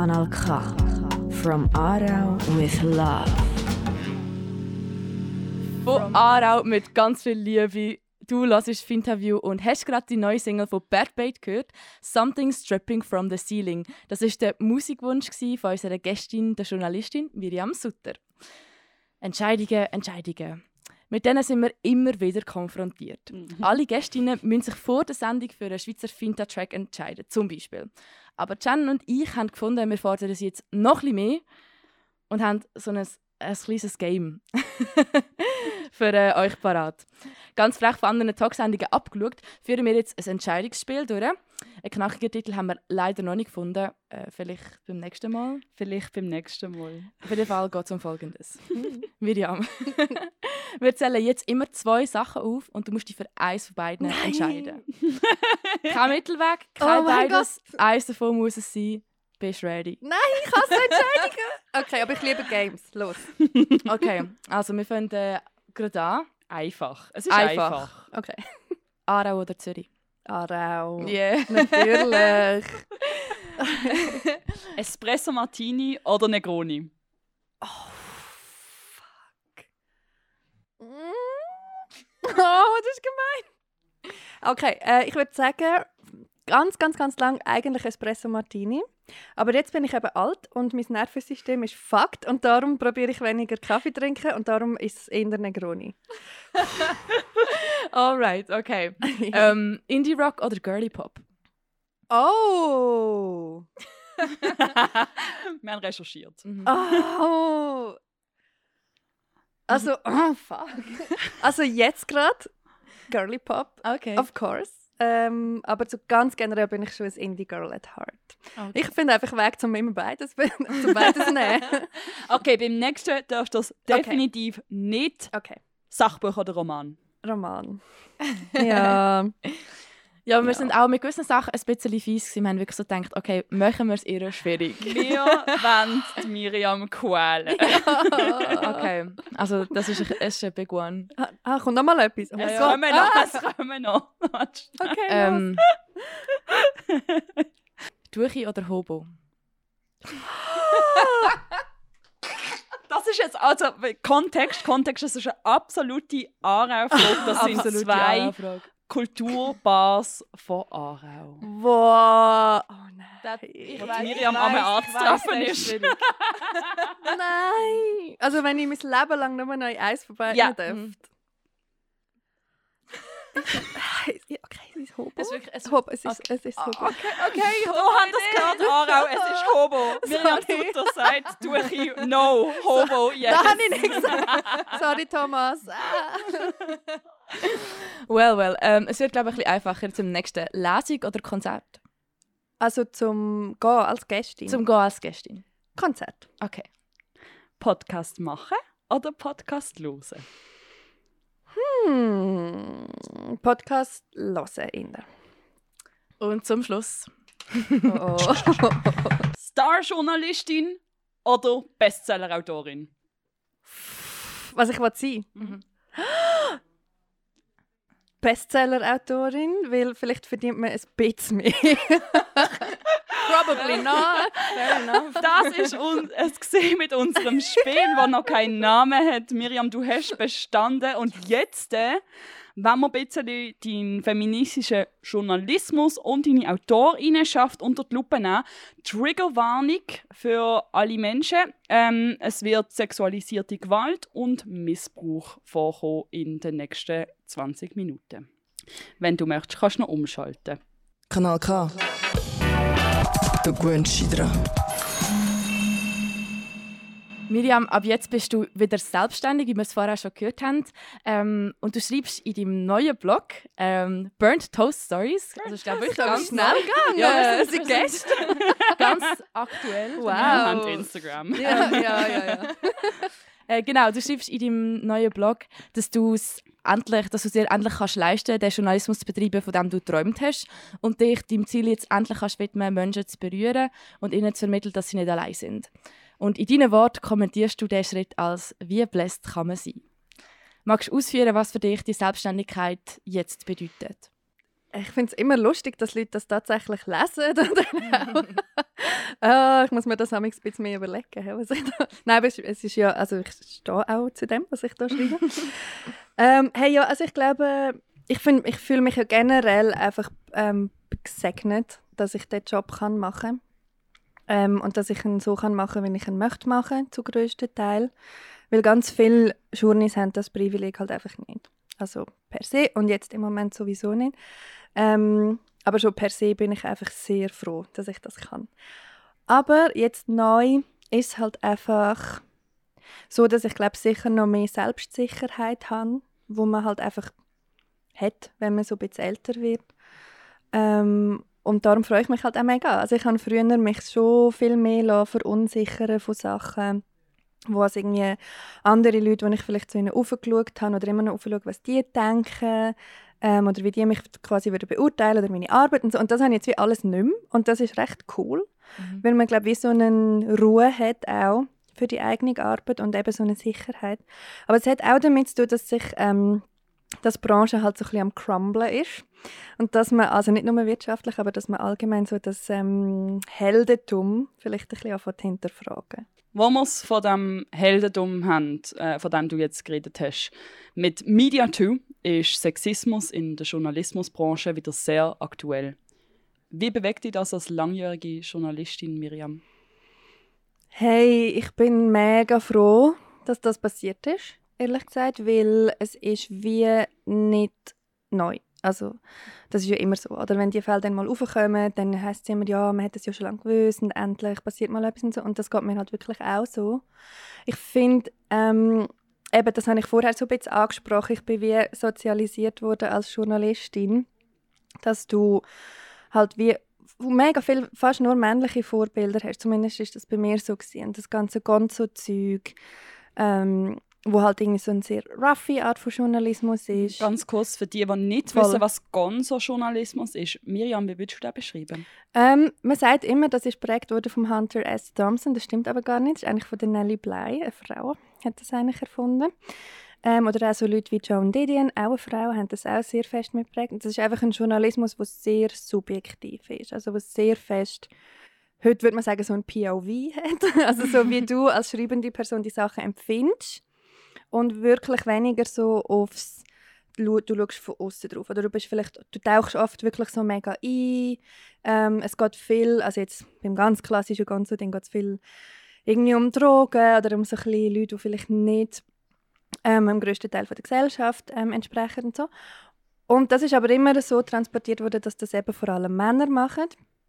Kanal K. From Aarau with love. Von Aarau mit ganz viel Liebe. Du hörst das Interview und hast gerade die neue Single von Bad Bait gehört, «Something's Dripping from the Ceiling». Das war der Musikwunsch von unserer Gästin, der Journalistin Miriam Sutter. Entscheidungen. Mit denen sind wir immer wieder konfrontiert. Alle Gästinnen müssen sich vor der Sendung für einen Schweizer Finta-Track entscheiden, zum Beispiel. Aber Jen und ich haben gefunden, wir fordern sie jetzt noch ein bisschen mehr und haben so ein kleines Game für euch parat. Ganz frech von anderen Talksendungen abgeschaut, führen wir jetzt ein Entscheidungsspiel durch. Einen knackigen Titel haben wir leider noch nicht gefunden. Vielleicht beim nächsten Mal. Auf jeden Fall geht es um Folgendes. Miriam, wir zählen jetzt immer 2 Sachen auf und du musst dich für eins von beiden entscheiden. Kein Mittelweg, kein beides. Eins davon muss es sein. Bist du ready? Nein, ich kann es nicht entscheiden. Okay, aber ich liebe Games. Los. Okay, also wir fangen gerade an. Einfach. Es ist einfach. Okay. Aarau oder Zürich? Aarau. Yeah. Natürlich. Espresso Martini oder Negroni? Oh, fuck. Oh, das ist gemein. Okay, ich würde sagen, ganz lang eigentlich Espresso Martini. Aber jetzt bin ich eben alt und mein Nervensystem ist fucked und darum probiere ich weniger Kaffee trinken und darum ist es eher Negroni. Alright, okay. Indie Rock oder Girly Pop? Oh! Wir haben recherchiert. Oh! Also, oh fuck. Also jetzt gerade Girly Pop, Okay. of course. Aber so ganz generell bin ich schon ein Indie-Girl at heart. Okay. Ich finde einfach Weg, um immer beides zu nehmen. Okay, beim nächsten darfst du das definitiv nicht Okay. Sachbuch oder Roman. Roman. Ja. Ja, wir sind auch mit gewissen Sachen ein bisschen fies gewesen. Wir haben wirklich so gedacht, okay, machen wir es ihr schwierig. Wir wollen die Miriam quälen. Okay, also das ist ein Big One. Kommt noch mal etwas. Oh Es mein Gott. kommen noch. Okay, Duchi oder Hobo? Das ist jetzt, also Kontext, das ist eine absolute Aarau-Frage. Das sind Absolute 2 Aarau-Frage. Kulturbars von Aarau. Wow. Oh nein. Wo Miriam am Arzt treffen ist. Nein. Also wenn ich mein Leben lang nur noch Eis vorbei dürfte. Okay, es ist Hobo. Es ist wirklich Hobo. Es ist Hobo. Okay, du hast das gehört, Aarau, es ist Hobo. Miriam Sutter sagt, Duchi, no, Hobo, yes. Das habe ich nicht gesagt. Sorry, Thomas. Well. Es wird, glaube ich, ein bisschen einfacher zum nächsten. Lesung oder Konzert? Also zum Gehen als Gästin? Zum Gehen als Gästin. Konzert. Okay. Podcast machen oder Podcast hören? Podcast hören innen. Und zum Schluss. Oh. Star-Journalistin oder Bestseller-Autorin? Was ich sein will. Bestseller-Autorin, weil vielleicht verdient man ein bisschen mehr. Probably not. Fair enough. Das ist es gesehen mit unserem Spiel, das noch keinen Namen hat. Miriam, du hast bestanden. Und jetzt wenn wir ein bisschen deinen feministischen Journalismus und deine Autorinnenschaft unter die Lupe nehmen, Triggerwarnung für alle Menschen. Es wird sexualisierte Gewalt und Missbrauch vorkommen in den nächsten 20 Minuten. Wenn du möchtest, kannst du noch umschalten. Kanal K. Du gewöhnst dich dran. Miriam, ab jetzt bist du wieder selbstständig, wie wir es vorher schon gehört haben. Und du schreibst in deinem neuen Blog Burnt Toast Stories. Also ich glaube wirklich ganz schnell gegangen. Ja, wir sind Gäste. Ganz aktuell. Wow. Wir haben Instagram. Ja. Genau, du schreibst in deinem neuen Blog, dass du dir endlich kannst leisten, den Journalismus zu betreiben, von dem du geträumt hast, und dich deinem Ziel jetzt endlich kannst widmen, Menschen zu berühren und ihnen zu vermitteln, dass sie nicht allein sind. Und in deinen Worten kommentierst du diesen Schritt als «Wie blessed kann man sein?». Magst du ausführen, was für dich die Selbstständigkeit jetzt bedeutet? Ich finde es immer lustig, dass Leute das tatsächlich lesen. Ich muss mir das ein bisschen mehr überlegen. Was ich da... Nein, aber es ist ja, also ich stehe auch zu dem, was ich da schreibe. Hey, ja, also ich glaube, ich fühle mich ja generell einfach gesegnet, dass ich diesen Job machen kann. Und dass ich ihn so machen kann, wie ich ihn möchte machen, zum grössten Teil. Weil ganz viele Journeys haben das Privileg halt einfach nicht. Also per se und jetzt im Moment sowieso nicht. Aber schon per se bin ich einfach sehr froh, dass ich das kann. Aber jetzt neu ist es halt einfach so, dass ich glaube sicher noch mehr Selbstsicherheit habe, wo man halt einfach hat, wenn man so ein bisschen älter wird. Und darum freue ich mich halt auch mega. Also ich habe früher mich schon viel mehr verunsichern von Sachen, wo es irgendwie andere Leute, die ich vielleicht zu ihnen aufgeschaut habe oder immer noch aufschaue, was die denken, oder wie die mich quasi beurteilen oder meine Arbeit und so. Und das habe ich jetzt wie alles nicht mehr. Und das ist recht cool, weil man, glaube ich, wie so eine Ruhe hat auch für die eigene Arbeit und eben so eine Sicherheit. Aber es hat auch damit zu tun, dass sich dass die Branche halt so ein bisschen am Crumblen ist. Und dass man, also nicht nur wirtschaftlich, aber dass man allgemein so das Heldentum vielleicht ein bisschen anfängt hinterfragen. Wo wir es von dem Heldentum haben, von dem du jetzt geredet hast, mit MediaToo ist Sexismus in der Journalismusbranche wieder sehr aktuell. Wie bewegt dich das als langjährige Journalistin, Miriam? Hey, ich bin mega froh, dass das passiert ist, ehrlich gesagt, weil es ist wie nicht neu. Also, das ist ja immer so. Oder wenn die Fälle dann mal raufkommen, dann heisst es immer, ja, man hat es ja schon lange gewusst und endlich passiert mal etwas und so. Und das geht mir halt wirklich auch so. Ich finde, eben, das habe ich vorher so ein bisschen angesprochen, ich bin wie sozialisiert worden als Journalistin, dass du halt wie mega viel, fast nur männliche Vorbilder hast. Zumindest ist das bei mir so gewesen. Und das ganze Gonzo-Zeug, wo halt irgendwie so eine sehr roughe Art von Journalismus ist. Ganz kurz für die nicht wissen, was Gonzo-Journalismus ist. Miriam, wie würdest du das beschreiben? Man sagt immer, das ist geprägt worden von Hunter S. Thompson. Das stimmt aber gar nicht. Das ist eigentlich von der Nellie Bly, eine Frau, hat das eigentlich erfunden. Oder auch so Leute wie Joan Didion, auch eine Frau, haben das auch sehr fest mitgeprägt. Das ist einfach ein Journalismus, der sehr subjektiv ist. Also was sehr fest, heute würde man sagen, so ein POV hat. Also so wie du als schreibende Person die Sachen empfindest. Und wirklich weniger so aufs, du schaust von außen drauf. Oder du tauchst oft wirklich so mega ein. Es geht viel, also jetzt beim ganz klassischen Gonzo-Ding geht es viel irgendwie um Drogen oder um so ein bisschen Leute, die vielleicht nicht im grössten Teil von der Gesellschaft entsprechen und so. Und das ist aber immer so transportiert worden, dass das eben vor allem Männer machen.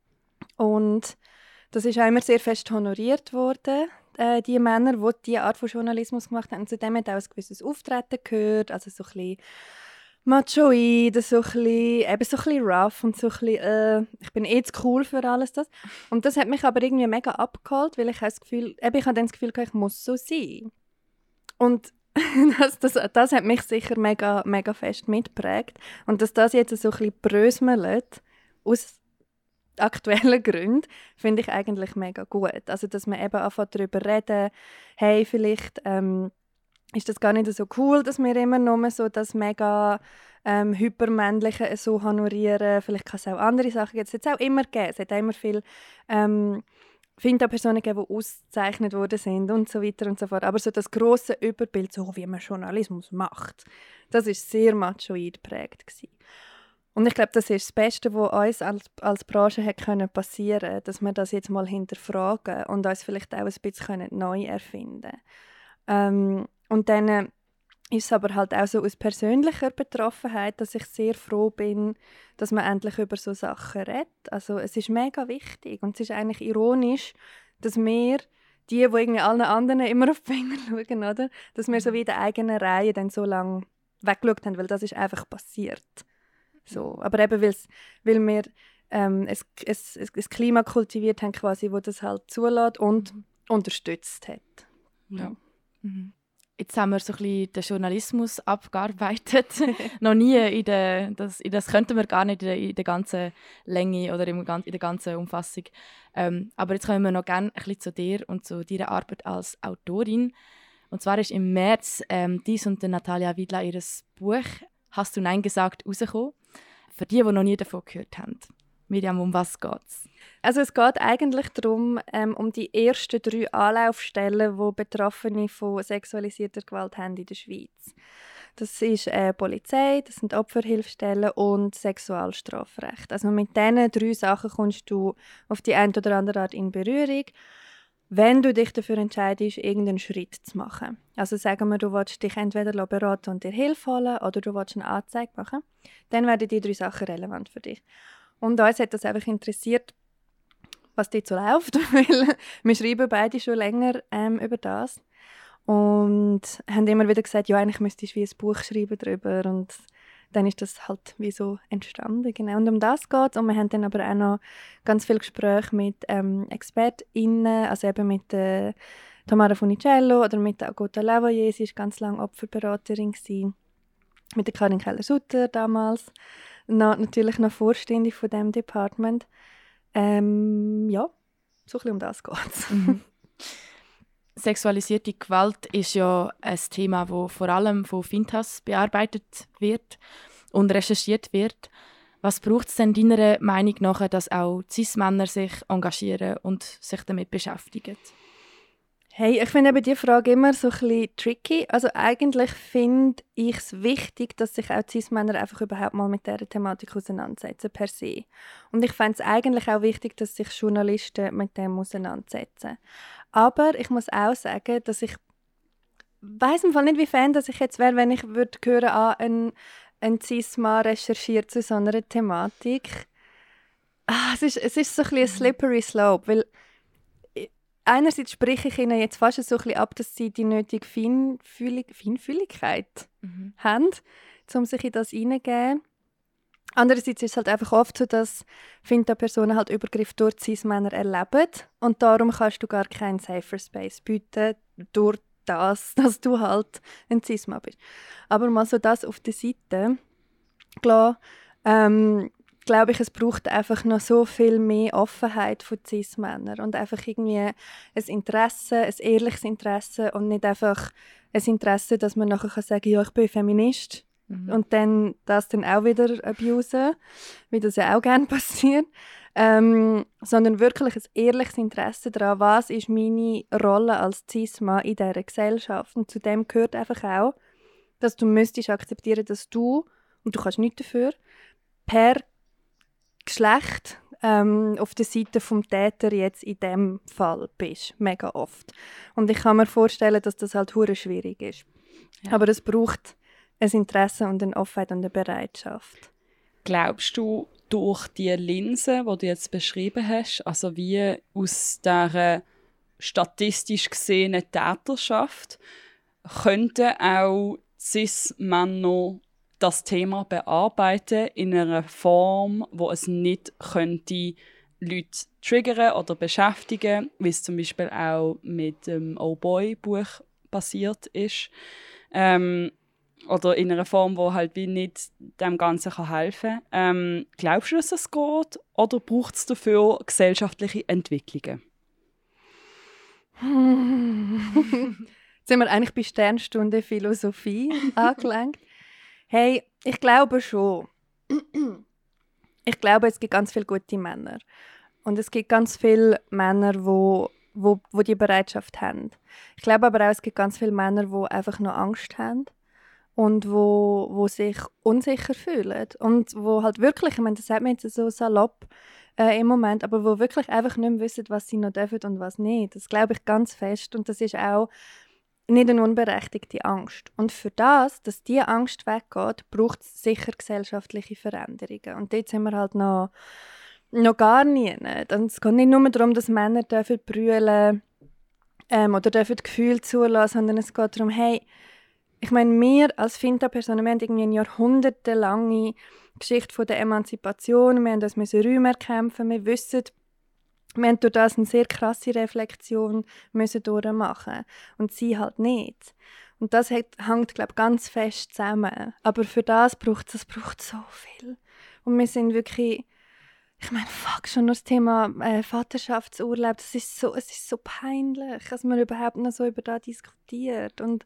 Und das ist auch immer sehr fest honoriert worden. Die Männer, die diese Art von Journalismus gemacht haben. Zudem hat auch ein gewisses Auftreten gehört, also so ein bisschen machoid, so ein bisschen rough und so ein bisschen, ich bin zu cool für alles das. Und das hat mich aber irgendwie mega abgeholt, weil ich habe dann das Gefühl, ich muss so sein. Und das hat mich sicher mega, mega fest mitgeprägt. Und dass das jetzt so ein bisschen brösmelt, aus aktuellen Gründen, finde ich eigentlich mega gut. Also, dass man eben anfängt darüber reden, hey, vielleicht ist das gar nicht so cool, dass wir immer nur so das mega Hypermännliche so honorieren. Vielleicht kann es auch andere Sachen geben. Es hat es auch immer gegeben. Es hat auch immer viel finde auch Personen gegeben, die ausgezeichnet worden sind und so weiter und so fort. Aber so das grosse Überbild, so wie man Journalismus macht, das war sehr machoid geprägt gewesen. Und ich glaube, das ist das Beste, was uns als Branche passieren konnte, dass wir das jetzt mal hinterfragen und uns vielleicht auch ein bisschen neu erfinden können. Und dann ist es aber halt auch so aus persönlicher Betroffenheit, dass ich sehr froh bin, dass man endlich über so Sachen redet. Also es ist mega wichtig und es ist eigentlich ironisch, dass wir, die irgendwie allen anderen immer auf die Finger schauen, oder? Dass wir so wie in der eigenen Reihe dann so lange weggeschaut haben, weil das ist einfach passiert. So. Aber eben, weil wir ein Klima kultiviert haben, quasi, wo das halt zulässt und unterstützt hat. Ja. Mhm. Jetzt haben wir so ein bisschen den Journalismus abgearbeitet. Noch nie das könnten wir gar nicht in der ganzen Länge oder in der ganzen Umfassung. Aber jetzt kommen wir noch gerne ein bisschen zu dir und zu deiner Arbeit als Autorin. Und zwar ist im März dies und Natalia Widla ihr Buch «Hast du Nein gesagt?» rausgekommen. Für die noch nie davon gehört haben. Miriam, um was geht's? Also es geht eigentlich darum, um die ersten 3 Anlaufstellen, die Betroffene von sexualisierter Gewalt haben in der Schweiz. Das ist Polizei, das sind Opferhilfestellen und Sexualstrafrecht. Also mit diesen 3 Sachen kommst du auf die eine oder andere Art in Berührung, wenn du dich dafür entscheidest, irgendeinen Schritt zu machen. Also sagen wir, du willst dich entweder beraten und dir Hilfe holen oder du willst eine Anzeige machen, dann werden die 3 Sachen relevant für dich. Und uns hat das einfach interessiert, was dort so läuft, weil wir schreiben beide schon länger über das und haben immer wieder gesagt, ja, eigentlich müsstest du wie ein Buch schreiben darüber und dann ist das halt wie so entstanden. Genau. Und um das geht es. Und wir haben dann aber auch noch ganz viele Gespräche mit ExpertInnen, also eben mit Tamara Funicello oder mit Agota Lavoyer, sie war ganz lange Opferberaterin gewesen. Mit der Karin Keller-Sutter damals, natürlich noch Vorstände von diesem Department. Ja, so ein bisschen um das geht es. Sexualisierte Gewalt ist ja ein Thema, das vor allem von Fintas bearbeitet wird und recherchiert wird. Was braucht es denn deiner Meinung nach, dass auch Cis-Männer sich engagieren und sich damit beschäftigen? Hey, ich finde eben diese Frage immer so ein bisschen tricky. Also eigentlich finde ich es wichtig, dass sich auch Cis-Männer einfach überhaupt mal mit dieser Thematik auseinandersetzen, per se. Und ich fände es eigentlich auch wichtig, dass sich Journalisten mit dem auseinandersetzen. Aber ich muss auch sagen, dass ich weiss im Fall nicht, wie Fan dass ich jetzt wäre, wenn ich würde hören, ein Cis-Mann recherchiert zu so einer Thematik. Es ist so ein bisschen ein slippery slope, weil einerseits spreche ich ihnen jetzt fast so ein bisschen ab, dass sie die nötige Feinfühligkeit haben, um sich in das hineingeben. Andererseits ist es halt einfach oft so, dass Finta-Personen halt Übergriffe durch Cis-Männer erleben und darum kannst du gar keinen Safer Space bieten, durch das, dass du halt ein Cis-Mann bist. Aber mal so das auf der Seite, klar, glaube ich, es braucht einfach noch so viel mehr Offenheit von Cis-Männern und einfach irgendwie ein Interesse, ein ehrliches Interesse und nicht einfach ein Interesse, dass man nachher sagen kann, ja, ich bin Feminist und dann das dann auch wieder abusen, wie das ja auch gerne passiert, sondern wirklich ein ehrliches Interesse daran, was ist meine Rolle als Cis-Mann in dieser Gesellschaft. Und zu dem gehört einfach auch, dass du müsstest akzeptieren, dass du, und du kannst nichts dafür, per Geschlecht auf der Seite des Täters jetzt in diesem Fall bist. Mega oft. Und ich kann mir vorstellen, dass das halt hure schwierig ist. Ja. Aber es braucht ein Interesse und eine Offenheit und eine Bereitschaft. Glaubst du, durch die Linse, die du jetzt beschrieben hast, also wie aus dieser statistisch gesehenen Täterschaft, könnten auch Cis-Männer das Thema bearbeiten in einer Form, wo es nicht könnte Leute triggern oder beschäftigen, wie es zum Beispiel auch mit dem Oh Boy-Buch passiert ist. Oder in einer Form, die halt wie nicht dem Ganzen helfen kann. Glaubst du, dass das geht? Oder braucht es dafür gesellschaftliche Entwicklungen? Jetzt sind wir eigentlich bei Sternstunde Philosophie angelangt. Hey, ich glaube schon. Ich glaube, es gibt ganz viele gute Männer. Und es gibt ganz viele Männer, die die Bereitschaft haben. Ich glaube aber auch, es gibt ganz viele Männer, die einfach noch Angst haben. Und wo sich unsicher fühlen. Und wo halt wirklich, ich meine, das sagt man jetzt so salopp im Moment, aber wo wirklich einfach nicht mehr wissen, was sie noch dürfen und was nicht. Das glaube ich ganz fest. Und das ist auch nicht eine unberechtigte Angst. Und für das, dass diese Angst weggeht, braucht es sicher gesellschaftliche Veränderungen. Und dort sind wir halt noch gar nie. Und es geht nicht nur darum, dass Männer dürfen brüllen oder dürfen Gefühle zulassen, sondern es geht darum, hey, ich meine, wir als Finta-Personen, wir haben irgendwie eine jahrhundertelange Geschichte von der Emanzipation, wir mussten uns Räume erkämpfen, wir wissen, wir haben durch das eine sehr krasse Reflexion durchmachen und sie halt nicht. Und das hängt, glaube ich, ganz fest zusammen. Aber für das braucht es so viel. Und wir sind wirklich, ich meine, schon nur das Thema Vaterschaftsurlaub, es ist so peinlich, dass man überhaupt noch so über das diskutiert. Und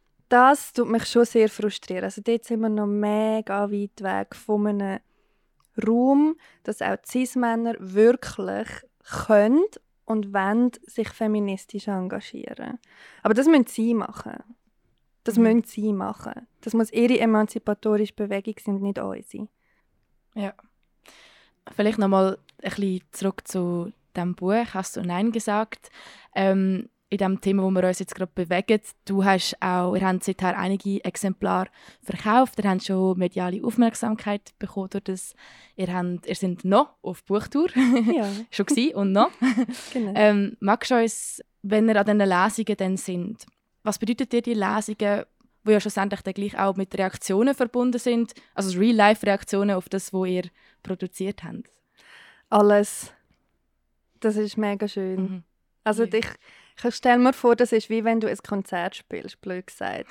das tut mich schon sehr frustrieren. Also dort sind wir noch mega weit weg von einem Raum, dass auch Cis-Männer wirklich können und wollen sich feministisch engagieren. Aber das müssen sie machen. Das müssen sie machen. Das muss ihre emanzipatorische Bewegung sein, nicht unsere. Ja. Vielleicht nochmal ein bisschen zurück zu diesem Buch. Hast du Nein gesagt? In dem Thema, wo wir uns jetzt gerade bewegen, ihr habt seither einige Exemplare verkauft, ihr habt schon mediale Aufmerksamkeit bekommen durch das. Ihr seid noch auf Buchtour, Ja. schon gewesen und noch. Genau. Magst du uns, wenn ihr an diesen Lesungen dann sind, was bedeutet dir die Lesungen, die ja schlussendlich dann gleich auch mit Reaktionen verbunden sind, also Real-Life-Reaktionen auf das, was ihr produziert habt? Alles. Das ist mega schön. Also ich stelle mir vor, das ist wie wenn du ein Konzert spielst, blöd gesagt.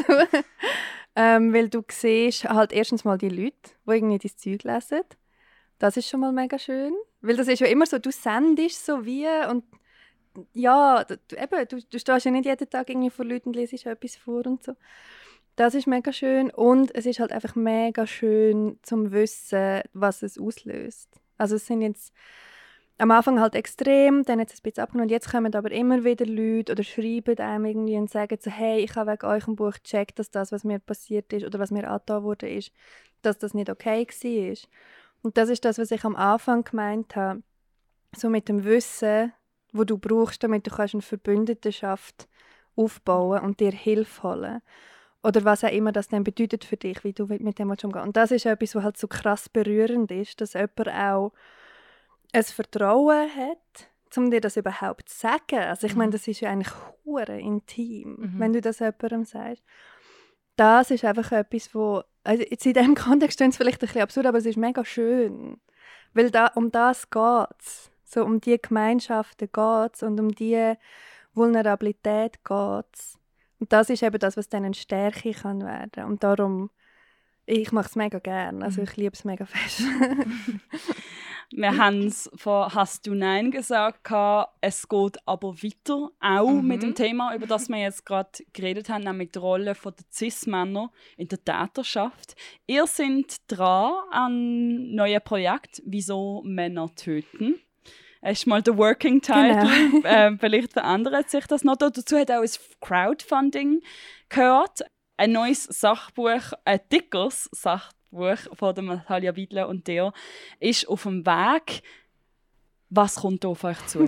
Weil du siehst halt erstens mal die Leute, die irgendwie dein Zeug lesen. Das ist schon mal mega schön. Weil das ist ja immer so, du sendest so wie und ja, du stehst ja nicht jeden Tag irgendwie vor Leuten und lesest etwas vor und so. Das ist mega schön und es ist halt einfach mega schön zum Wissen, was es auslöst. Also es sind jetzt am Anfang halt extrem, dann hat es ein bisschen abgenommen und jetzt kommen aber immer wieder Leute oder schreiben einem irgendwie und sagen so, hey, ich habe wegen euch im Buch gecheckt, dass das, was mir passiert ist oder was mir angetan wurde, ist, dass das nicht okay war. Und das ist das, was ich am Anfang gemeint habe, so mit dem Wissen, wo du brauchst, damit du eine Verbündetenschaft aufbauen und dir Hilfe holen. Oder was auch immer das dann bedeutet für dich, wie du mit dem umgehen. Und das ist etwas, was halt so krass berührend ist, dass jemand auch ein Vertrauen hat, um dir das überhaupt zu sagen. Also ich meine, das ist ja eigentlich hure intim, wenn du das jemandem sagst. Das ist einfach etwas, wo, also jetzt in diesem Kontext klingt es vielleicht ein bisschen absurd, aber es ist mega schön. Weil um das geht es. So um die Gemeinschaften geht es und um die Vulnerabilität geht es. Und das ist eben das, was dann eine Stärke kann werden. Und darum, ich mache es mega gerne. Also ich liebe es mega fest. Wir haben es von «Hast du Nein gesagt?» Es geht aber weiter, auch mit dem Thema, über das wir jetzt gerade geredet haben, nämlich die Rolle der Cis-Männer in der Täterschaft. Ihr seid dran an neuen Projekt «Wieso Männer töten». Das ist mal der Working Title. Genau. Vielleicht verändert sich das noch. Dazu hat auch ein Crowdfunding gehört. Ein neues Sachbuch, ein dickeres Sachbuch von der Natalia Wiedle und dir ist auf dem Weg. Was kommt da auf euch zu?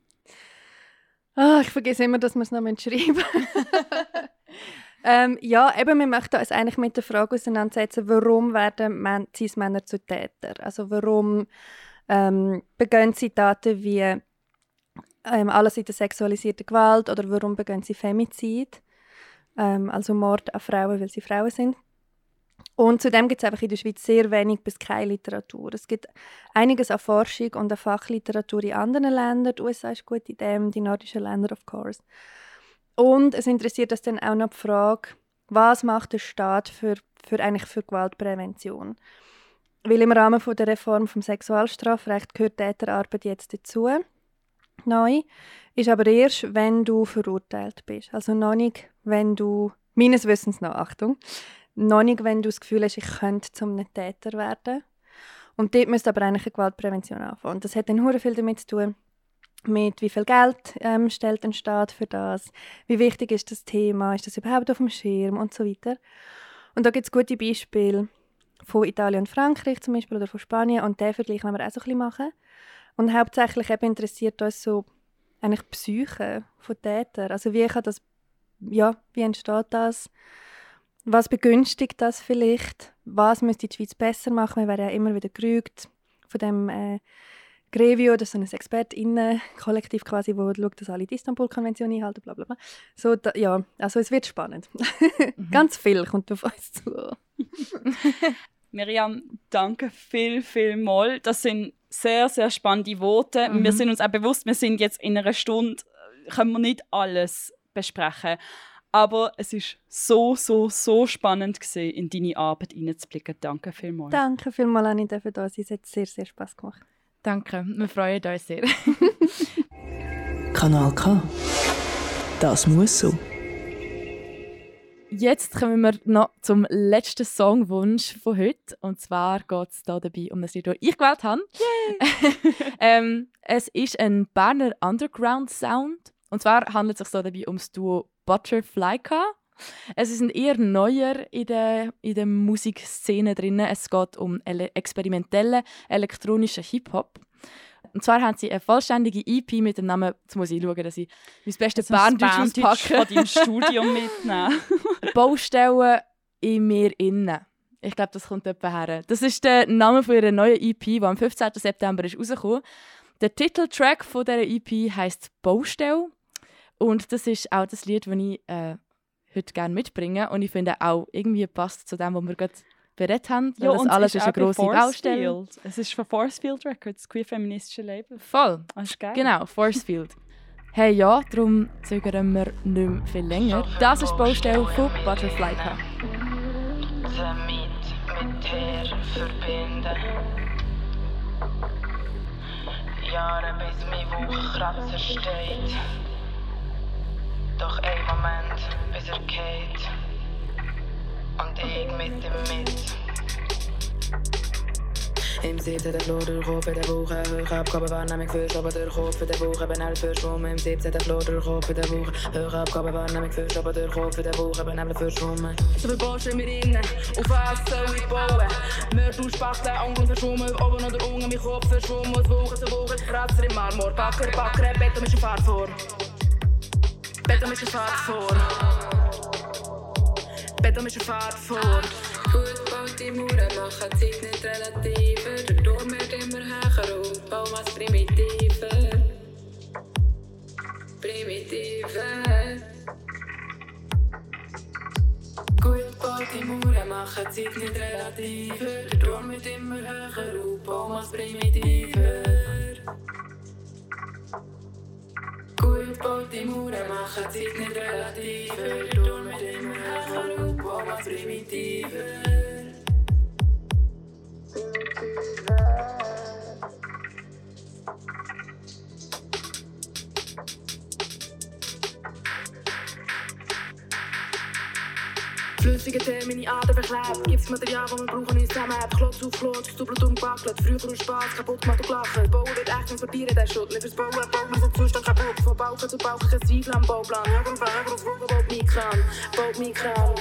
Ich vergesse immer, dass wir es noch schreiben ja, eben, wir möchten uns eigentlich mit der Frage auseinandersetzen, warum werden Cis-Männer zu Tätern? Also warum begehen sie Taten wie alles in der sexualisierten Gewalt oder warum begehen sie Femizid, also Mord an Frauen, weil sie Frauen sind. Und zudem gibt es einfach in der Schweiz sehr wenig bis keine Literatur. Es gibt einiges an Forschung und an Fachliteratur in anderen Ländern. Die USA ist gut in dem, die nordischen Länder of course. Und es interessiert uns dann auch noch die Frage, was macht der Staat für Gewaltprävention? Weil im Rahmen der Reform des Sexualstrafrechts gehört Täterarbeit jetzt dazu. Neu ist aber erst, wenn du verurteilt bist. Also noch nicht, wenn du, meines Wissens nach, Achtung, noch nicht, wenn du das Gefühl hast, ich könnte zu einem Täter werden. Und dort müsste aber eigentlich eine Gewaltprävention anfangen. Und das hat dann sehr viel damit zu tun, mit wie viel Geld stellt ein Staat für das, wie wichtig ist das Thema, ist das überhaupt auf dem Schirm und so weiter. Und da gibt es gute Beispiele von Italien und Frankreich zum Beispiel oder von Spanien und den Vergleich wollen wir auch so ein bisschen machen. Und hauptsächlich eben interessiert uns so eigentlich die Psyche von Tätern. Also wie entsteht das? Was begünstigt das vielleicht? Was müsste die Schweiz besser machen? Wir werden ja immer wieder gerügt von dem Grevio, das ist so ein ExpertInnen-Kollektiv quasi, wo schaut, dass alle die Istanbul-Konvention einhalten, bla bla bla. So, also es wird spannend. Ganz viel kommt auf uns zu. Miriam, danke viel mal. Das sind sehr, sehr spannende Worte. Wir sind uns auch bewusst, wir sind jetzt in einer Stunde, können wir nicht alles besprechen. Aber es war so spannend gewesen, in deine Arbeit hineinzublicken. Danke vielmals. Danke vielmals, Anni, dafür da sein. Es hat sehr, sehr Spass gemacht. Danke, wir freuen uns sehr. Kanal K. Das muss so. Jetzt kommen wir noch zum letzten Songwunsch von heute. Und zwar geht es hier dabei um das Lied, das ich gewählt habe. Es ist ein Berner Underground-Sound. Und zwar handelt es sich dabei um das Duo Butterflyka. Es ist ein eher neuer in der Musikszene drin. Es geht um experimentellen elektronischen Hip-Hop. Und zwar haben sie eine vollständige EP mit dem Namen, jetzt muss ich schauen, dass ich mein bestes Berndeutsch auspacke. Von deinem Studium mitnehmen. Baustellen in mir innen. Ich glaube, das kommt etwa her. Das ist der Name von ihrer neuen EP, die am 15. September ist rausgekommen. Der Titeltrack von dieser EP heisst «Baustelle». Und das ist auch das Lied, das ich heute gerne mitbringe. Und ich finde auch, irgendwie passt zu dem, was wir gerade berät haben. Ja, das alles ist eine grosse Baustelle. Es ist von Forcefield Records, queer-feministische Label. Voll. Das ist geil. Genau, Forcefield. Hey ja, darum zögern wir nicht mehr viel länger. Das ist die Baustelle von Butterflyka. Mit her verbinden. Jahre bis mein Wuchkratzer steht. Doch ein Moment, bis er geht. Und ich mit ihm mit. Im 17. Flur der Kopf in der Woche, Höchabgabe Wahrnehmung für aber der Kopf in der Woche, benebelt für Schwummen. Im 17. Flur der Kopf in der Woche, Höchabgabe Wahrnehmung für aber der Kopf in der Woche, benebelt für Schwummen. So viel Baustellen wir innen, auf was soll ich bauen? Mörder, Spachteln, Angeln verschwommen, oben oder unten, mein Kopf verschwommen. Aus Woche zu Woche, Kratzer im Marmor, Backer, Beton ist ein Fahrt vor. Beton ist ein Fahrt vor. Beton ist ein Fahrt vor. Gut baute Mauern machen die Zeit nicht relativer. Der Turm wird immer höher und Baumasse primitiver. Primitiver. Gut baute Mauern machen die Zeit nicht relativer. Der Turm wird immer höher und Baumasse primitiver. Gut baute Mauern machen die Zeit nicht relativer. Der Turm wird immer höher und Baumasse primitiver. Flüssige Tee, meine Adern verklebt. Gibt's Material, das wir brauchen, uns zusammen. Klotz auf Klotz, doppelt umgewackelt. Früher aus Spaß, kaputt gemacht und gelacht. Bauen wird echt transportieren, der Schutt. Nicht fürs Bauen, baut man so Zustand kaputt. Von Balken zu Balken, kein Zweifel am Bauplan. Höher auf Wogen, baut mein Kran. Baut mein Kran.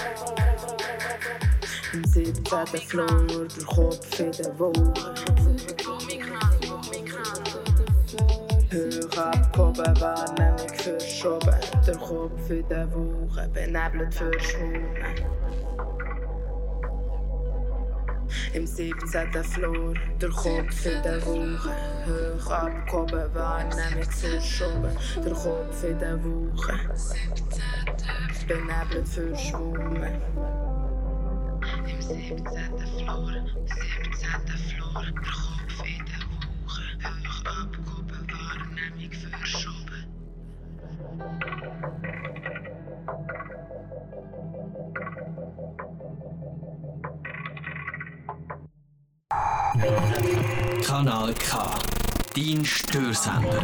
Im 17. Flur, der Kopf in der Woche. Baut mein Kran, baut mein Kran. Hoch abgehoben, Wahrnehmung verschoben. Der Kopf in der Woche, benebelt verschwommen. Im 17. Flur, der Kopf in der Woche. Hoch abgehoben, Wahrnehmung verschoben. Der Kopf in der Woche, benebelt verschwommen. Im 17. Flur, der Kopf in der Woche. Hoch abgehoben, Wahrnehmung verschoben. Kanal K, dein Störsender.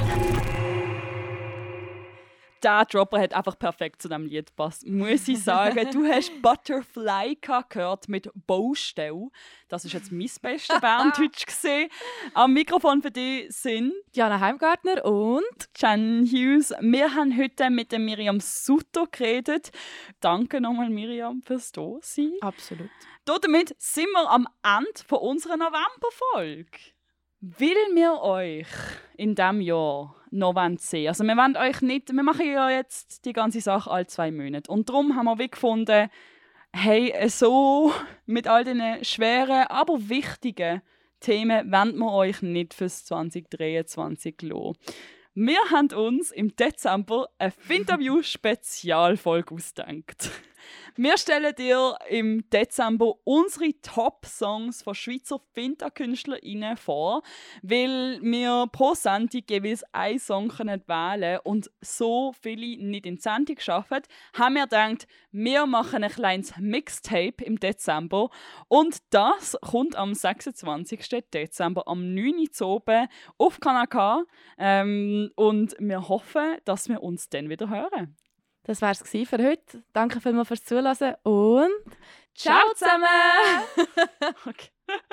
Der Dropper hat einfach perfekt zu diesem Lied gepasst, muss ich sagen. Du hast Butterflyka gehört mit «Baustelle». Das war jetzt mein bestes Berndeutsch gesehen. Am Mikrofon für dich sind Jana Heimgartner und Jen Hughes. Wir haben heute mit der Miriam Sutter geredet. Danke nochmal, Miriam, fürs Dasein. absolut. Damit sind wir am Ende unserer Novemberfolge. Will wir euch in diesem Jahr noch sehen? Also wir wollen euch nicht, wir machen ja jetzt die ganze Sache alle 2 Monate. Und darum haben wir wie gefunden, hey, so mit all diesen schweren, aber wichtigen Themen wollen wir euch nicht fürs 2023 lassen. Wir haben uns im Dezember eine Finterview-Spezialfolge ausgedacht. Wir stellen dir im Dezember unsere Top-Songs von Schweizer Finta-KünstlerInnen vor, weil wir pro Sendung jeweils einen Song wählen können und so viele nicht in die Sendung schaffen, haben wir gedacht, wir machen ein kleines Mixtape im Dezember und das kommt am 26. Dezember am 9. Uhr oben auf Kanal K und wir hoffen, dass wir uns dann wieder hören. Das war es für heute. Danke vielmals fürs Zuhören und ciao zusammen! Okay.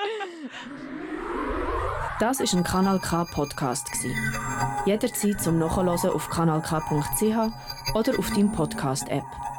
Das war ein Kanal K Podcast. Jederzeit zum Nachhören auf kanalk.ch oder auf deinem Podcast-App.